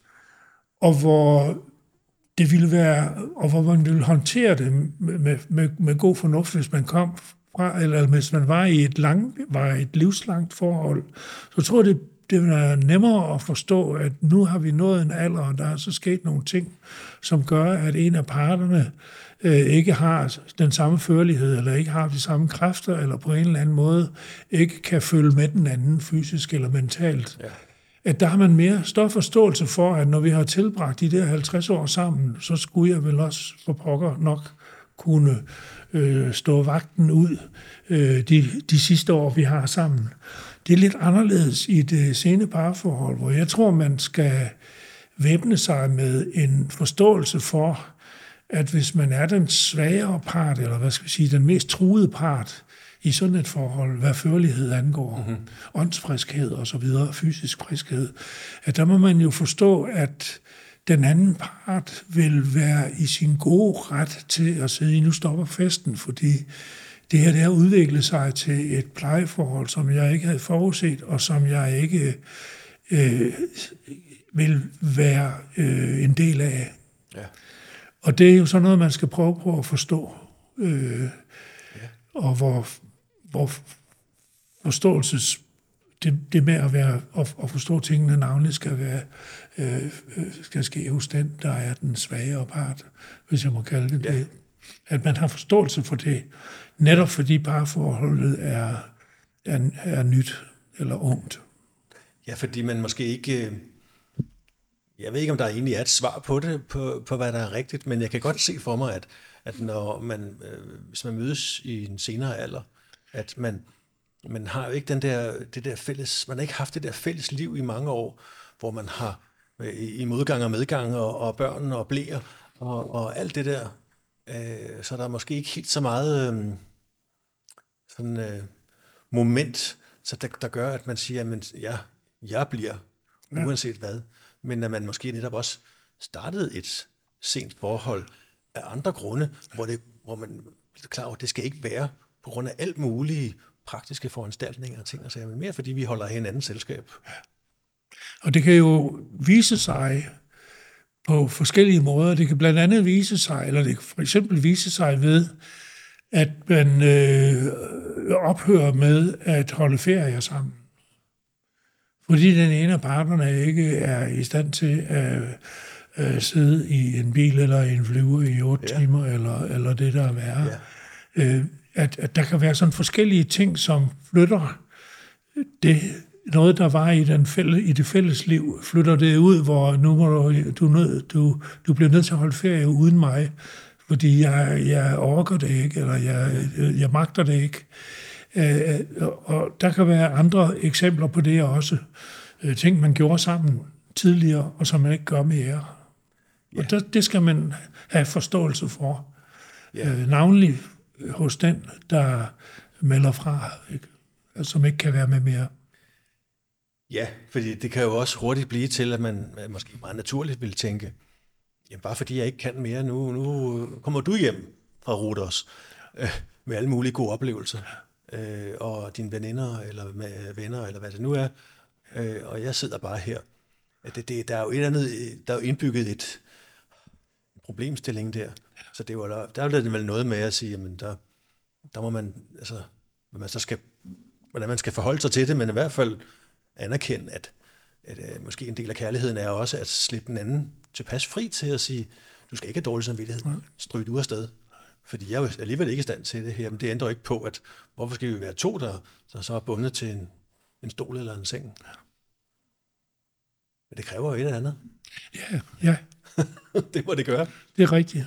og hvor det ville være, og hvor man ville håndtere det med god fornuft, hvis man kom fra, eller hvis man var i et livslangt forhold, så tror jeg, det vil være nemmere at forstå, at nu har vi nået en alder, og der er så sket nogle ting, som gør, at en af parterne ikke har den samme førlighed, eller ikke har de samme kræfter, eller på en eller anden måde ikke kan følge med den anden fysisk eller mentalt. Ja. At der har man mere større forståelse for, at når vi har tilbragt de der 50 år sammen, så skulle jeg vel også for pokker nok kunne stå vagten ud de sidste år, vi har sammen. Det er lidt anderledes i det sene parforhold, hvor jeg tror, man skal væbne sig med en forståelse for, at hvis man er den svagere part, eller hvad skal vi sige, den mest truede part i sådan et forhold, hvad førlighed angår, åndsfriskhed og så videre, fysisk friskhed, at der må man jo forstå, at den anden part vil være i sin gode ret til at sige, nu stopper festen, fordi det her det har udviklet sig til et plejeforhold, som jeg ikke havde forudset, og som jeg ikke vil være en del af. Ja. Og det er jo sådan noget, man skal prøve på at forstå. Og hvor forståelses... Det med at være at forstå tingene navnligt skal ske hos den, der er den svagere part, hvis jeg må kalde det det. At man har forståelse for det, netop fordi parforholdet er nyt eller ungt. Ja, fordi man måske ikke... Jeg ved ikke, om der egentlig er et svar på det, på hvad der er rigtigt, men jeg kan godt se for mig, at når man, hvis man mødes i en senere alder, at man har jo ikke det der fælles, man har ikke haft det der fælles liv i mange år, hvor man har i modgang og medgang og børn og blæer og alt det der, så der er måske ikke helt så meget moment, så der gør, at man siger, at jeg bliver, uanset hvad. Men at man måske netop også startede et sent forhold af andre grunde, hvor man bliver klar over, at det skal ikke være på grund af alt mulige praktiske foranstaltninger og ting og sager, men mere fordi vi holder hinandens selskab. Og det kan jo vise sig på forskellige måder. Det kan blandt andet vise sig, eller det kan for eksempel vise sig ved, at man ophører med at holde ferier sammen. Fordi den ene af parterne ikke er i stand til at sidde i en bil eller i en flyver i 8 timer, eller det, der er værre. Ja. At der kan være sådan forskellige ting, som flytter det, noget, der var i det fælles liv, flytter det ud, hvor nu må du bliver nødt til at holde ferie uden mig, fordi jeg orker det ikke, eller jeg magter det ikke. Og der kan være andre eksempler på det også. Ting, man gjorde sammen tidligere, og som man ikke gør mere. Ja. Og det skal man have forståelse for. Ja. Navnlig hos den, der melder fra, ikke? Som ikke kan være med mere. Ja, fordi det kan jo også hurtigt blive til, at man måske meget naturligt vil tænke, jamen bare fordi jeg ikke kan mere, nu kommer du hjem fra Rhodos med alle mulige gode oplevelser. og dine veninder, eller med venner, eller hvad det nu er, og jeg sidder bare her. Der er jo et eller andet, der er jo indbygget en problemstilling der. Så der er det vel noget med at sige, jamen der må man, altså, hvordan man skal forholde sig til det, men i hvert fald anerkende, at måske en del af kærligheden er også at slippe den anden tilpas fri til at sige, du skal ikke have dårlig samvittighed, stryg du afsted. Fordi jeg er jo alligevel ikke i stand til det her, men det ændrer ikke på, at hvorfor skal vi være to, der så er bundet til en stol eller en seng. Men det kræver jo et eller andet. Ja. Det må det gøre. Det er rigtigt.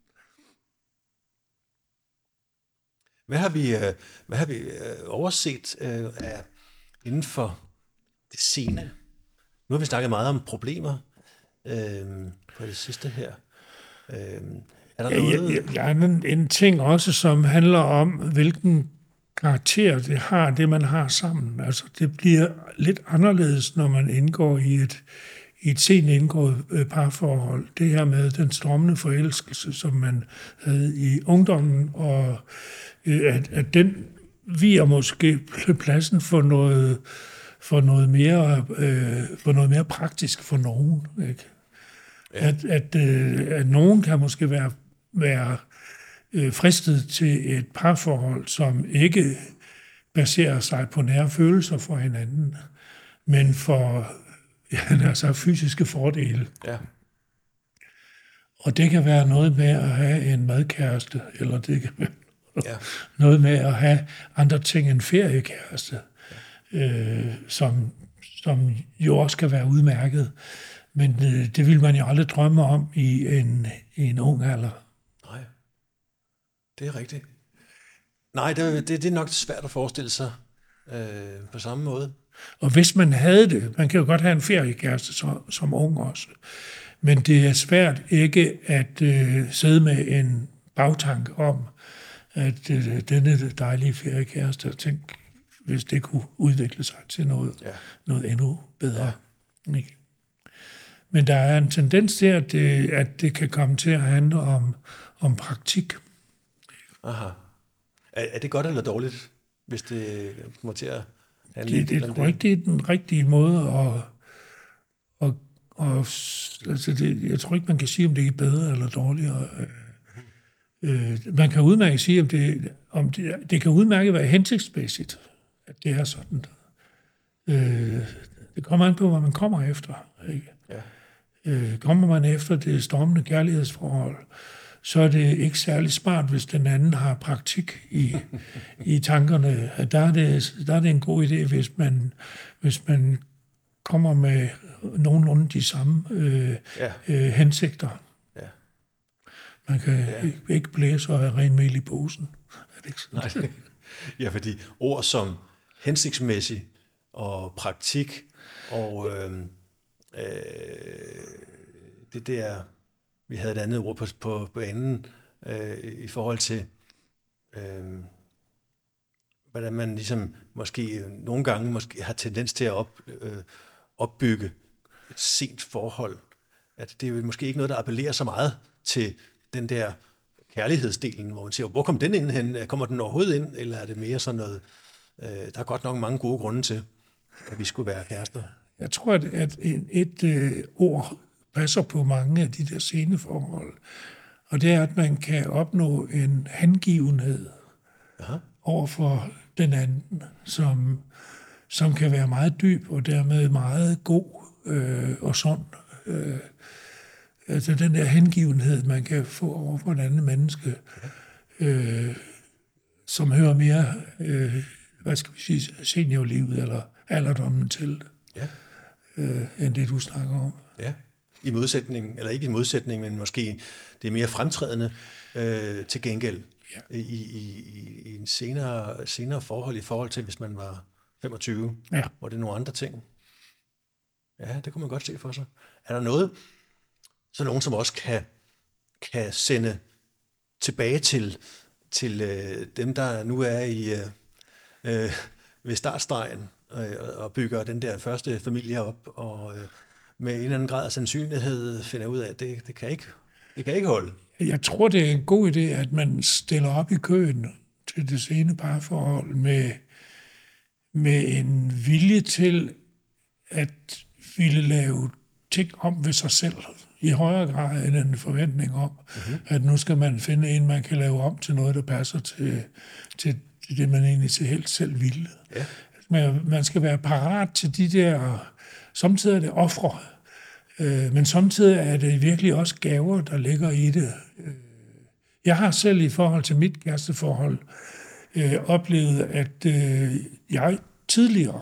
Hvad har vi overset af inden for det scene? Nu har vi snakket meget om problemer på det sidste her. Er der noget? Der er en ting også, som handler om, hvilken karakter det har, det man har sammen. Altså, det bliver lidt anderledes, når man indgår i et sent indgået parforhold. Det her med den stormende forelskelse, som man havde i ungdommen, og at den viger måske pladsen for noget mere praktisk for nogen. Ikke? Ja. At nogen kan måske være fristet til et parforhold, som ikke baserer sig på nære følelser for hinanden, men for altså fysiske fordele. Ja. Og det kan være noget med at have en madkæreste, eller det kan være noget med at have andre ting end feriekæreste, som jo også kan være udmærket. Men det vil man jo aldrig drømme om i en ung alder. Nej, det er rigtigt. Nej, det er nok svært at forestille sig på samme måde. Og hvis man havde det, man kan jo godt have en feriekæreste som ung også, men det er svært ikke at sidde med en bagtanke om, at denne dejlige feriekæreste, tænk, hvis det kunne udvikle sig til noget endnu bedre. Ja. Men der er en tendens til, at det kan komme til at handle om praktik. Aha. Er det godt eller dårligt, hvis det kommer til at handle det? Jeg tror ikke, det er den rigtige måde jeg tror ikke, man kan sige, om det er bedre eller dårligere. Man kan udmærket sige, om det kan udmærket være hensigtsmæssigt, at det er sådan. Det kommer an på, hvad man kommer efter. Ikke? Ja. Kommer man efter det stormende kærlighedsforhold, så er det ikke særlig smart, hvis den anden har praktik i tankerne. Der er det en god idé, hvis man kommer med nogenlunde de samme hensigter. Ja. Man kan ikke blæse og have ren mel i posen. Er det ikke sådan? Nej. Ja, fordi ord som hensigtsmæssig og praktik og det der, vi havde et andet ord på banen i forhold til, hvordan man ligesom måske nogle gange har tendens til at opbygge et sent forhold. At det er jo måske ikke noget, der appellerer så meget til den der kærlighedsdelen, hvor man siger, hvor kom den ind hen? Kommer den overhovedet ind? Eller er det mere sådan noget, der er godt nok mange gode grunde til, at vi skulle være kærester? Jeg tror, at et ord passer på mange af de der sceneforhold, og det er, at man kan opnå en hengivenhed over for den anden, som kan være meget dyb og dermed meget god og sund. Altså den der hengivenhed, man kan få over for et andet menneske, som hører mere, hvad skal vi sige, seniorlivet eller alderdommen til, end det, du snakker om. Ja, i modsætning, eller ikke i modsætning, men måske det er mere fremtrædende til gengæld i en senere forhold i forhold til, hvis man var 25, hvor det er nogle andre ting. Ja, det kunne man godt se for sig. Er der noget, så nogen, som også kan sende tilbage til dem, der nu er i ved startstregen og bygger den der første familie op, og med en eller anden grad af sandsynlighed finder ud af, at det kan ikke holde? Jeg tror, det er en god idé, at man stiller op i køen til det sene parforhold med en vilje til at ville lave ting om ved sig selv, i højere grad end en forventning om, at nu skal man finde en, man kan lave om til noget, der passer til det, man egentlig til helt selv ville. Ja. Man skal være parat til de der, samtidig er det ofre, men samtidig er det virkelig også gaver, der ligger i det. Jeg har selv i forhold til mit kæresteforhold oplevet, at jeg tidligere,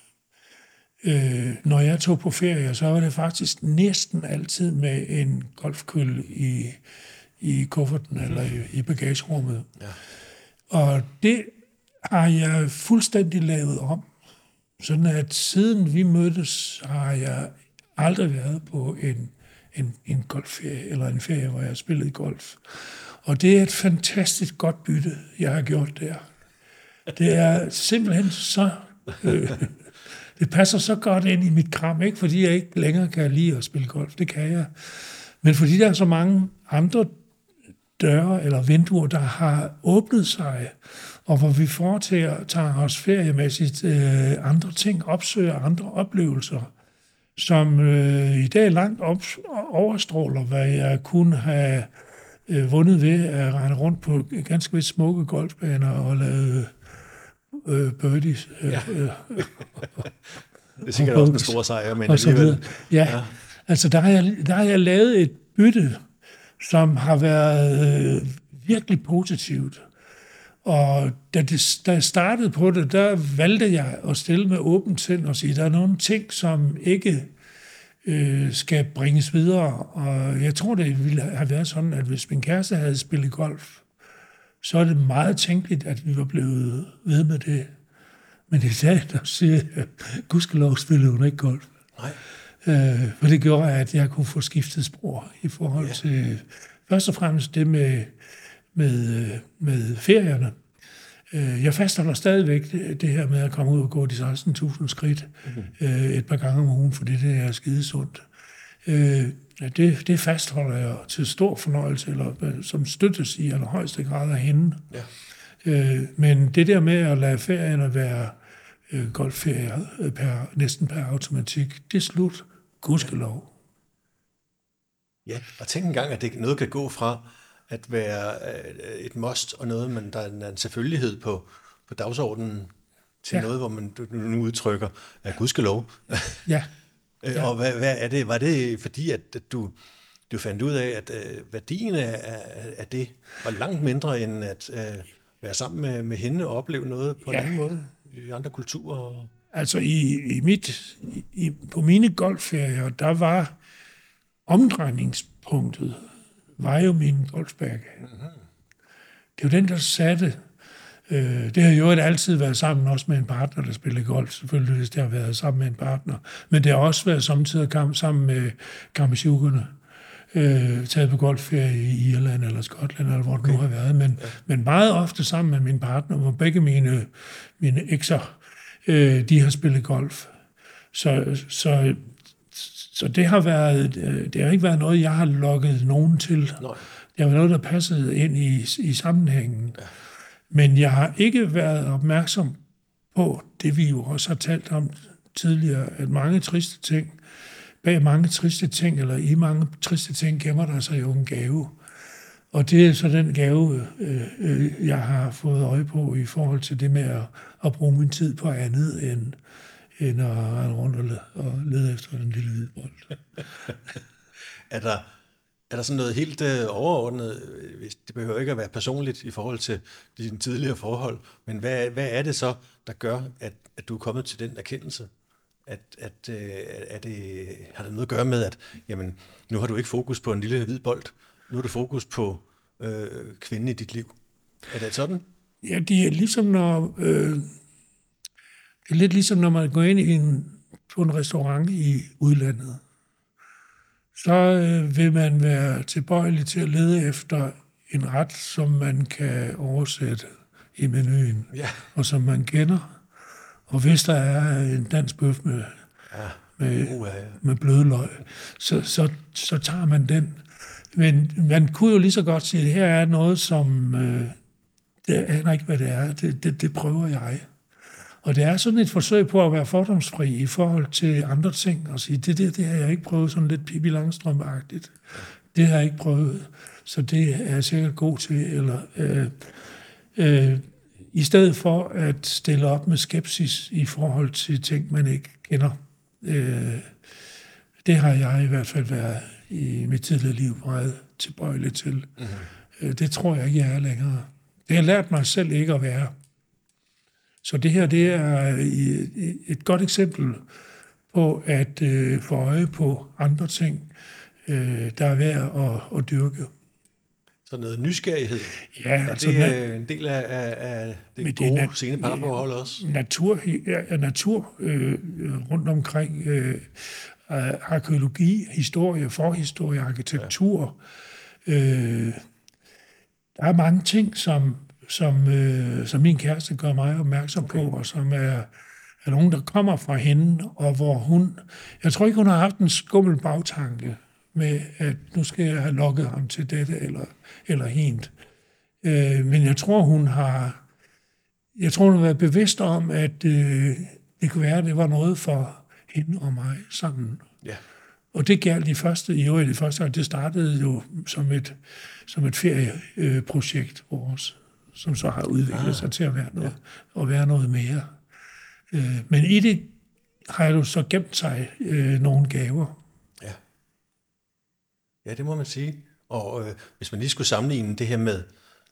når jeg tog på ferie, så var det faktisk næsten altid med en golfkølle i kufferten eller i bagagerummet. Ja. Og det har jeg fuldstændig lavet om. Sådan at siden vi mødtes, har jeg aldrig været på en golfferie eller en ferie, hvor jeg har spillet golf. Og det er et fantastisk godt bytte, jeg har gjort der. Det er simpelthen så... det passer så godt ind i mit kram, ikke fordi jeg ikke længere kan lide at spille golf, det kan jeg. Men fordi der er så mange andre døre eller vinduer, der har åbnet sig, og hvor vi foretager os feriemæssigt andre ting, opsøger andre oplevelser, som i dag langt overstråler, hvad jeg kunne have vundet ved at rende rundt på ganske vist smukke golfbaner og lave birdies. Ja. Det er sikkert også en stor sejr, men alligevel. Ja, altså der har jeg lavet et bytte, som har været virkelig positivt. Og da jeg startede på det, der valgte jeg at stille med åbent sind og sige, at der er nogle ting, som ikke skal bringes videre. Og jeg tror, det ville have været sådan, at hvis min kæreste havde spillet golf, så er det meget tænkeligt, at vi var blevet ved med det. Men i dag, der siger jeg, gudskelov spillede hun ikke golf. Nej. For det gjorde, at jeg kunne få skiftet spor i forhold til først og fremmest det med ferierne. Jeg fastholder stadigvæk det her med at komme ud og gå de 16.000 skridt et par gange om ugen, fordi det er skidesundt. Det fastholder jeg til stor fornøjelse, eller som støttes i allerhøjeste grad af hende. Ja. Men det der med at lade ferierne være golfferier næsten per automatik, det er slut. Gudskelov. Ja, og tænk engang, at noget kan gå fra at være et must og noget, der er en selvfølgelighed på dagsordenen, til noget, hvor man nu udtrykker, at gudskelov. Ja. Ja. Og hvad er det? Var det fordi, at du fandt ud af, at værdien af det var langt mindre, end at være sammen med hende og opleve noget på en anden måde i andre kulturer? Altså på mine golfferier, der var omdrejningspunktet, var jo min golfbag. Mm-hmm. Det er jo den, der satte. Det har jo altid været sammen også med en partner, der spiller golf, selvfølgelig, hvis det har været sammen med en partner. Men det har også været samtidig sammen med Kammerchukkerne, taget på golfferie i Irland eller Skotland, eller hvor det nu har været. Men meget ofte sammen med min partner, hvor begge mine ekser, de har spillet golf. Så det har ikke været noget, jeg har lokket nogen til. Nej. Det har været noget, der passede ind i sammenhængen. Ja. Men jeg har ikke været opmærksom på det, vi jo også har talt om tidligere, at bag mange triste ting, eller i mange triste ting, gemmer der sig jo en gave. Og det er så den gave, jeg har fået øje på i forhold til det med at bruge min tid på andet, end at rende rundt og lede efter den lille hvide bold. Er der sådan noget helt overordnet, det behøver ikke at være personligt i forhold til dine tidligere forhold, men hvad er det så, der gør, at du er kommet til den erkendelse? Har det noget at gøre med, at jamen, nu har du ikke fokus på en lille hvid bold, nu har du fokus på kvinden i dit liv? Er det sådan? Ja, det er ligesom det er lidt ligesom, når man går ind på en restaurant i udlandet. Så vil man være tilbøjelig til at lede efter en ret, som man kan oversætte i menuen, og som man kender. Og hvis der er en dansk bøf med blødløg, så tager man den. Men man kunne jo lige så godt sige, at her er noget, som det aner ikke, hvad det er. Det prøver jeg. Og det er sådan et forsøg på at være fordomsfri i forhold til andre ting, og sige, det har jeg ikke prøvet, sådan lidt Pippi Langstrømpe-agtigt. Det har jeg ikke prøvet, så det er jeg sikkert god til. Eller, i stedet for at stille op med skepsis i forhold til ting, man ikke kender. Det har jeg i hvert fald været i mit tidligere liv meget tilbøjelig til. Mm-hmm. Det tror jeg ikke, jeg er længere. Det har lært mig selv ikke at være. Så det her, det er et godt eksempel på at få øje på andre ting, der er værd at dyrke. Så noget nysgerrighed. Ja, altså det er en del af det gode sene parforhold også. Natur rundt omkring arkæologi, historie, forhistorie, arkitektur. Ja. Der er mange ting, som min kæreste gør mig opmærksom på, og som er nogen, der kommer fra hende, og hvor jeg tror ikke, hun har haft en skummel bagtanke med, at nu skal jeg have lokket ham til dette eller hent. Men jeg tror, hun har været bevidst om, at det kunne være, at det var noget for hende og mig sammen. Ja. Og det galt det første, det startede jo som et ferieprojekt vores, som så har udviklet sig til at være noget mere. Men i det har jeg jo så gemt sig nogle gaver. Ja. Ja, det må man sige. Og hvis man lige skulle sammenligne det her med,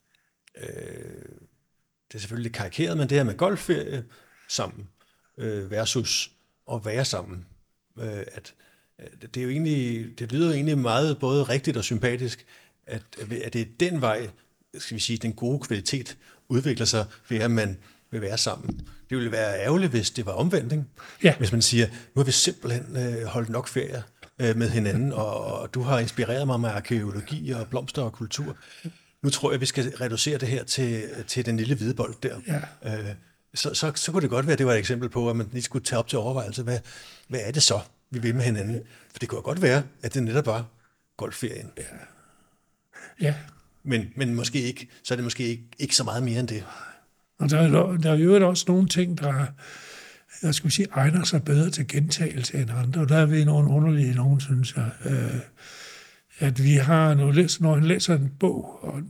det er selvfølgelig karikeret, men det her med golfferie sammen versus at være sammen, at det er jo egentlig, det lyder jo egentlig meget både rigtigt og sympatisk, at det er den vej, skal vi sige, den gode kvalitet udvikler sig ved, at man vil være sammen. Det ville være ærgerligt, hvis det var omvendt, ikke? Ja. Hvis man siger, nu har vi simpelthen holdt nok ferie med hinanden, og du har inspireret mig med arkæologi og blomster og kultur. Nu tror jeg, vi skal reducere det her til den lille hvide bold der. Ja. Så kunne det godt være, at det var et eksempel på, at man lige skulle tage op til overvejelse, hvad er det så, vi vil med hinanden? For det kunne godt være, at det netop var golfferien. Ja. Ja. Men måske ikke, så er det måske ikke så meget mere end det. Og der er jo også nogle ting, der egner sig bedre til gentagelse end andre. Og der er vi nogle underlige nogen, synes jeg. At vi har, når han læser en bog, og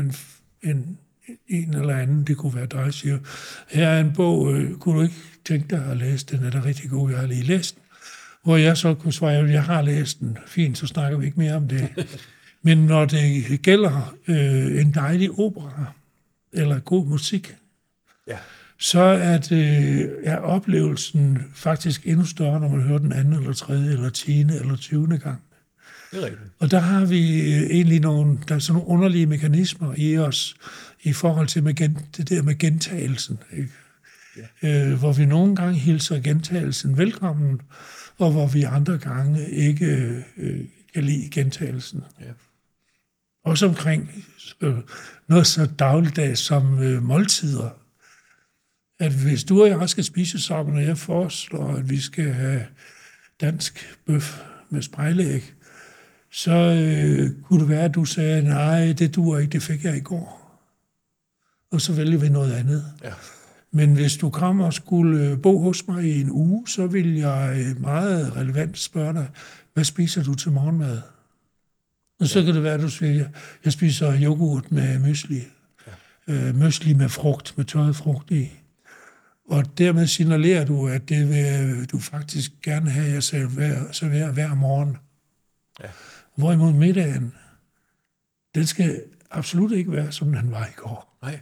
en eller anden, det kunne være dig, siger, her er en bog, kunne du ikke tænke dig at læse den, er der rigtig god, jeg har lige læst den. Hvor jeg så kunne svare, jeg har læst den, fint, så snakker vi ikke mere om det. Men når det gælder en dejlig opera, eller god musik, ja, så er oplevelsen faktisk endnu større, når man hører den anden, eller tredje, eller 10. eller 20. gang. Det er rigtigt. Og der har vi egentlig der er sådan nogle underlige mekanismer i os, i forhold til det der med gentagelsen. Ikke? Ja. Hvor vi nogle gange hilser gentagelsen velkommen, og hvor vi andre gange ikke kan lide gentagelsen. Ja. Også omkring noget så dagligdags som måltider. At hvis du og jeg skal spise sammen, og jeg foreslår, at vi skal have dansk bøf med spejlæg, så kunne det være, at du sagde, nej, det duer ikke, det fik jeg i går. Og så vælger vi noget andet. Ja. Men hvis du kom og skulle bo hos mig i en uge, så vil jeg meget relevant spørge dig, hvad spiser du til morgenmad? Og så kan det være, at du siger, jeg spiser yoghurt med müsli. Ja. Müsli med frugt, med tørret frugt i. Og dermed signalerer du, at det vil du faktisk gerne have, at jeg serverer hver morgen. Ja. Hvorimod middagen, den skal absolut ikke være, som den var i går. Nej.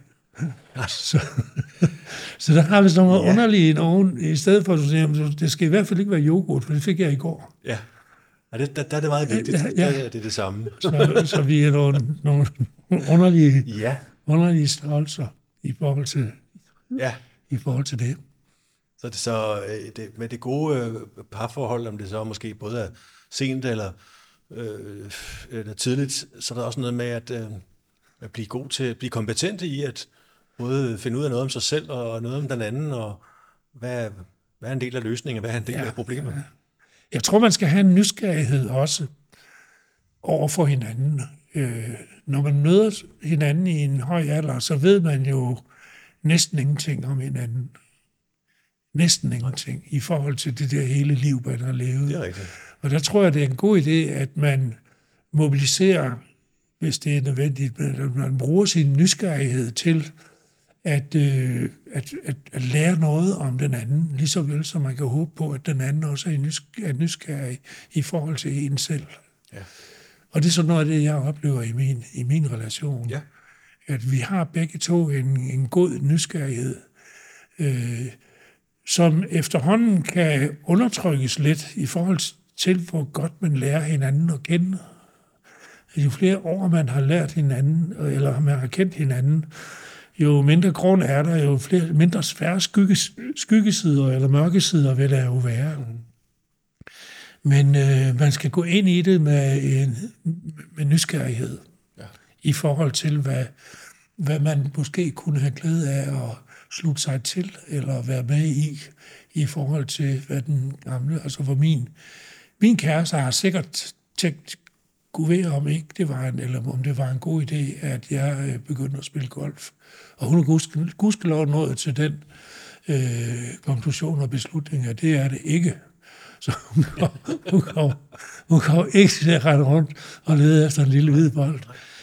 Så der har vi sådan nogle underlige nogen, i stedet for at du siger, det skal i hvert fald ikke være yoghurt, for det fik jeg i går. Ja, der er det meget vigtigt. Ja. Det er det samme. Så vi er nogle underlige størrelser i forhold til det. Så med det gode parforhold, om det så måske både er sent eller tidligt, så er der også noget med at blive god til at blive kompetent i at både finde ud af noget om sig selv og noget om den anden, og hvad er en del af løsningen, og hvad er en del af problemet. Ja. Jeg tror, man skal have en nysgerrighed også over for hinanden. når man møder hinanden i en høj alder, så ved man jo næsten ingenting om hinanden. Næsten ingenting i forhold til det der hele liv, man har levet. Det er rigtigt. Og der tror jeg, det er en god idé, at man mobiliserer, hvis det er nødvendigt, at man bruger sin nysgerrighed til at lære noget om den anden, lige så vel som man kan håbe på, at den anden også er nysgerrig i forhold til en selv. Ja. Og det er sådan noget af det, jeg oplever i min relation. Ja. At vi har begge to en god nysgerrighed, som efterhånden kan undertrykkes lidt i forhold til, hvor godt man lærer hinanden at kende. Jo flere år man har lært hinanden, eller man har kendt hinanden, jo mindre grund er der, jo mindre færre skyggesider eller mørkesider vil der jo være. Men man skal gå ind i det med nysgerrighed i forhold til, hvad man måske kunne have glæde af at slutte sig til, eller være med i forhold til, hvad den gamle, altså hvor min kæreste har sikkert tænkt, gud ved om ikke det var om det var en god idé, at jeg begyndte at spille golf. Og hun har gudskelov nået til den konklusion og beslutning, at det er det ikke. Så hun kommer ikke til at rette rundt og lede efter en lille hvid bold.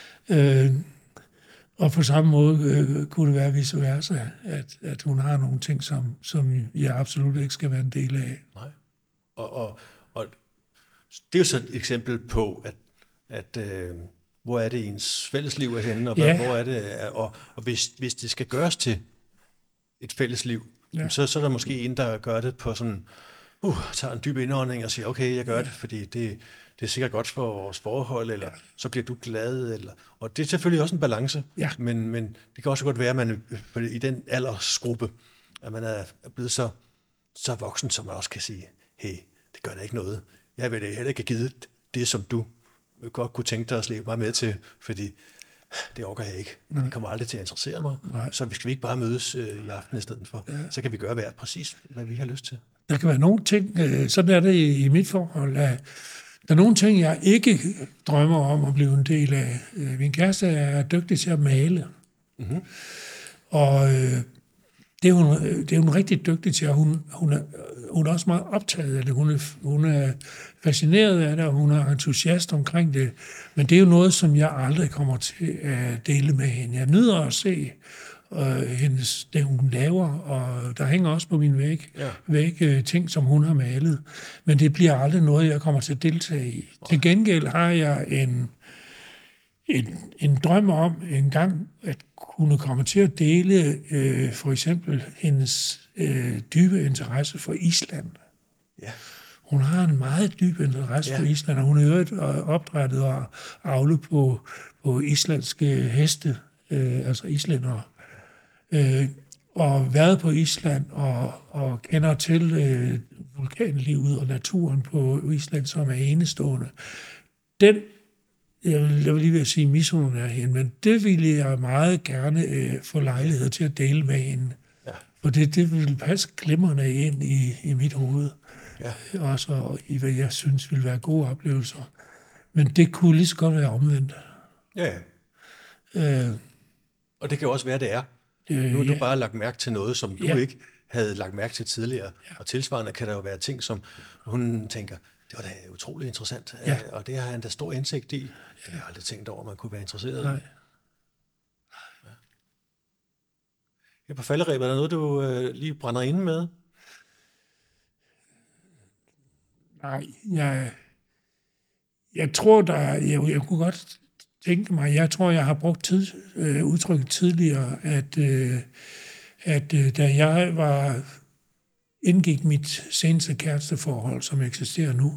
Og på samme måde kunne det være vice versa, at hun har nogle ting, som jeg absolut ikke skal være en del af. Nej. Og det er jo så et eksempel på, at hvor er det ens fællesliv er henne, og hvor er det, og hvis det skal gøres til et fællesliv, så er der måske en, der gør det på sådan, tager en dyb indånding og siger, okay, jeg gør det, fordi det er sikkert godt for vores forhold, eller så bliver du glad, og det er selvfølgelig også en balance, men det kan også godt være, at man i den aldersgruppe, at man er blevet så voksen, som man også kan sige, hey, det gør da ikke noget. Jeg vil heller ikke have givet det, som du godt kunne tænke dig at slæbe mig med til, fordi det orker jeg ikke. Det kommer aldrig til at interessere mig. Så skal vi ikke bare mødes i aften i stedet for. Så kan vi gøre hvert præcis, hvad vi har lyst til. Der kan være nogle ting, sådan er det i mit forhold, at der er nogle ting, jeg ikke drømmer om at blive en del af. Min kæreste er dygtig til at male. Mm-hmm. Og det er hun rigtig dygtig til, og hun er også meget optaget af det. Hun er fascineret af det, og hun er entusiast omkring det. Men det er jo noget, som jeg aldrig kommer til at dele med hende. Jeg nyder at se det, hun laver, og der hænger også på min væg ting, som hun har malet. Men det bliver aldrig noget, jeg kommer til at deltage i. Til gengæld har jeg en drøm om en gang at kunne komme til at dele for eksempel hendes dybe interesse for Island. Ja. Hun har en meget dyb interesse for Island, og hun er jo opdrættet og avlet på islandske heste, altså islændere, og været på Island og kender til vulkanlivet og naturen på Island, som er enestående. Jeg vil lige ved at sige misunden af hende, men det ville jeg meget gerne få lejlighed til at dele med hende. Ja. For det ville passe glimrende ind i mit hoved. Ja. Også i hvad jeg synes ville være gode oplevelser. Men det kunne lige så godt være omvendt. Ja. Og det kan jo også være, det er. Nu har du bare lagt mærke til noget, som du ikke havde lagt mærke til tidligere. Ja. Og tilsvarende kan der jo være ting, som hun tænker, det var da utroligt interessant, og det har han da stor indsigt i. Jeg har aldrig tænkt over, at man kunne være interesseret i. Nej. Ja, på falderæbet, er der noget, du lige brænder inde med? Nej, jeg tror, jeg kunne godt tænke mig, jeg tror, jeg har brugt udtrykket tidligere, at da jeg indgik mit seneste kæresteforhold, som eksisterer nu,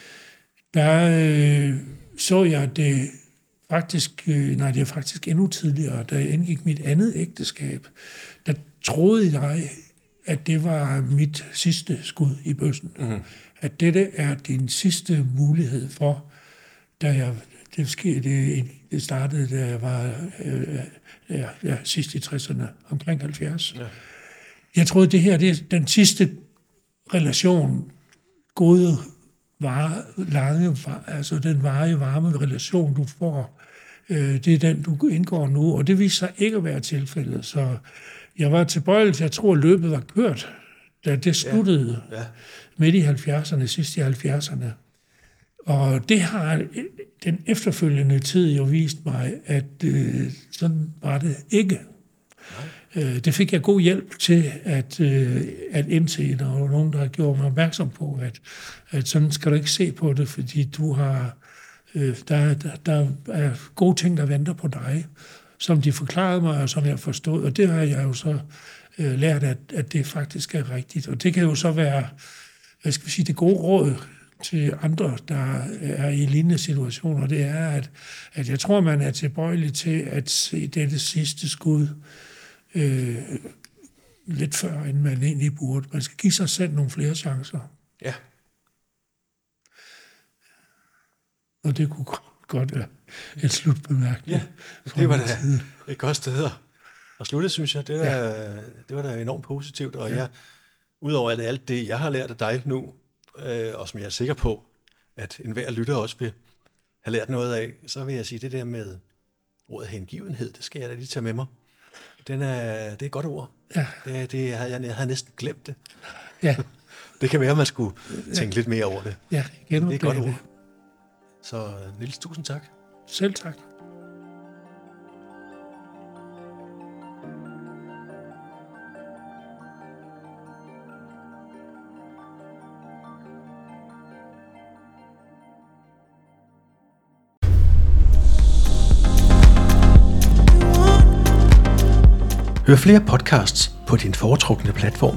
der så jeg det faktisk, det er faktisk endnu tidligere, da jeg indgik mit andet ægteskab, der troede jeg, at det var mit sidste skud i bøssen. Mm-hmm. At dette er din sidste mulighed for, det startede, da jeg var sidst i 60'erne, omkring 70. Ja. Jeg troede, det her det er den sidste relation, gode, lange, altså den varige, varme relation, du får det er den, du indgår nu, og det viste sig ikke at være tilfældet, så jeg var tilbøjelig til, jeg tror, løbet var kørt, da det sluttede midt i 70'erne, sidst i 70'erne. Og det har den efterfølgende tid jo vist mig, at sådan var det ikke. Det fik jeg god hjælp til at indse, der var nogen, der gjorde mig opmærksom på, at sådan skal du ikke se på det, fordi du har, der er gode ting, der venter på dig, som de forklarede mig, og som jeg forstod. Og det har jeg jo så lært, at det faktisk er rigtigt. Og det kan jo så være, hvad skal vi sige, det gode råd til andre, der er i lignende situationer, det er, at jeg tror, man er tilbøjelig til at se dette sidste skud lidt før, end man egentlig burde. Man skal give sig selv nogle flere chancer. Ja. Og det kunne godt være et slutbemærkning. Ja, det var da et godt sted at slutte, synes jeg. Det var da enormt positivt, og jeg, udover alt det, jeg har lært af dig nu, og som jeg er sikker på, at enhver lytter også vil have lært noget af, så vil jeg sige, det der med ordet hengivenhed, det skal jeg da lige tage med mig. Det er et godt ord. Ja. Jeg havde næsten glemt det. Ja. Det kan være, at man skulle tænke lidt mere over det. Ja, det er et godt ord. Så Niels, tusind tak. Selv tak. Hør flere podcasts på din foretrukne platform.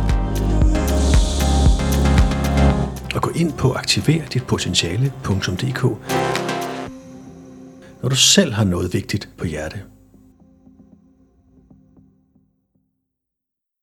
Og gå ind på aktiverditpotentiale.dk, når du selv har noget vigtigt på hjerte.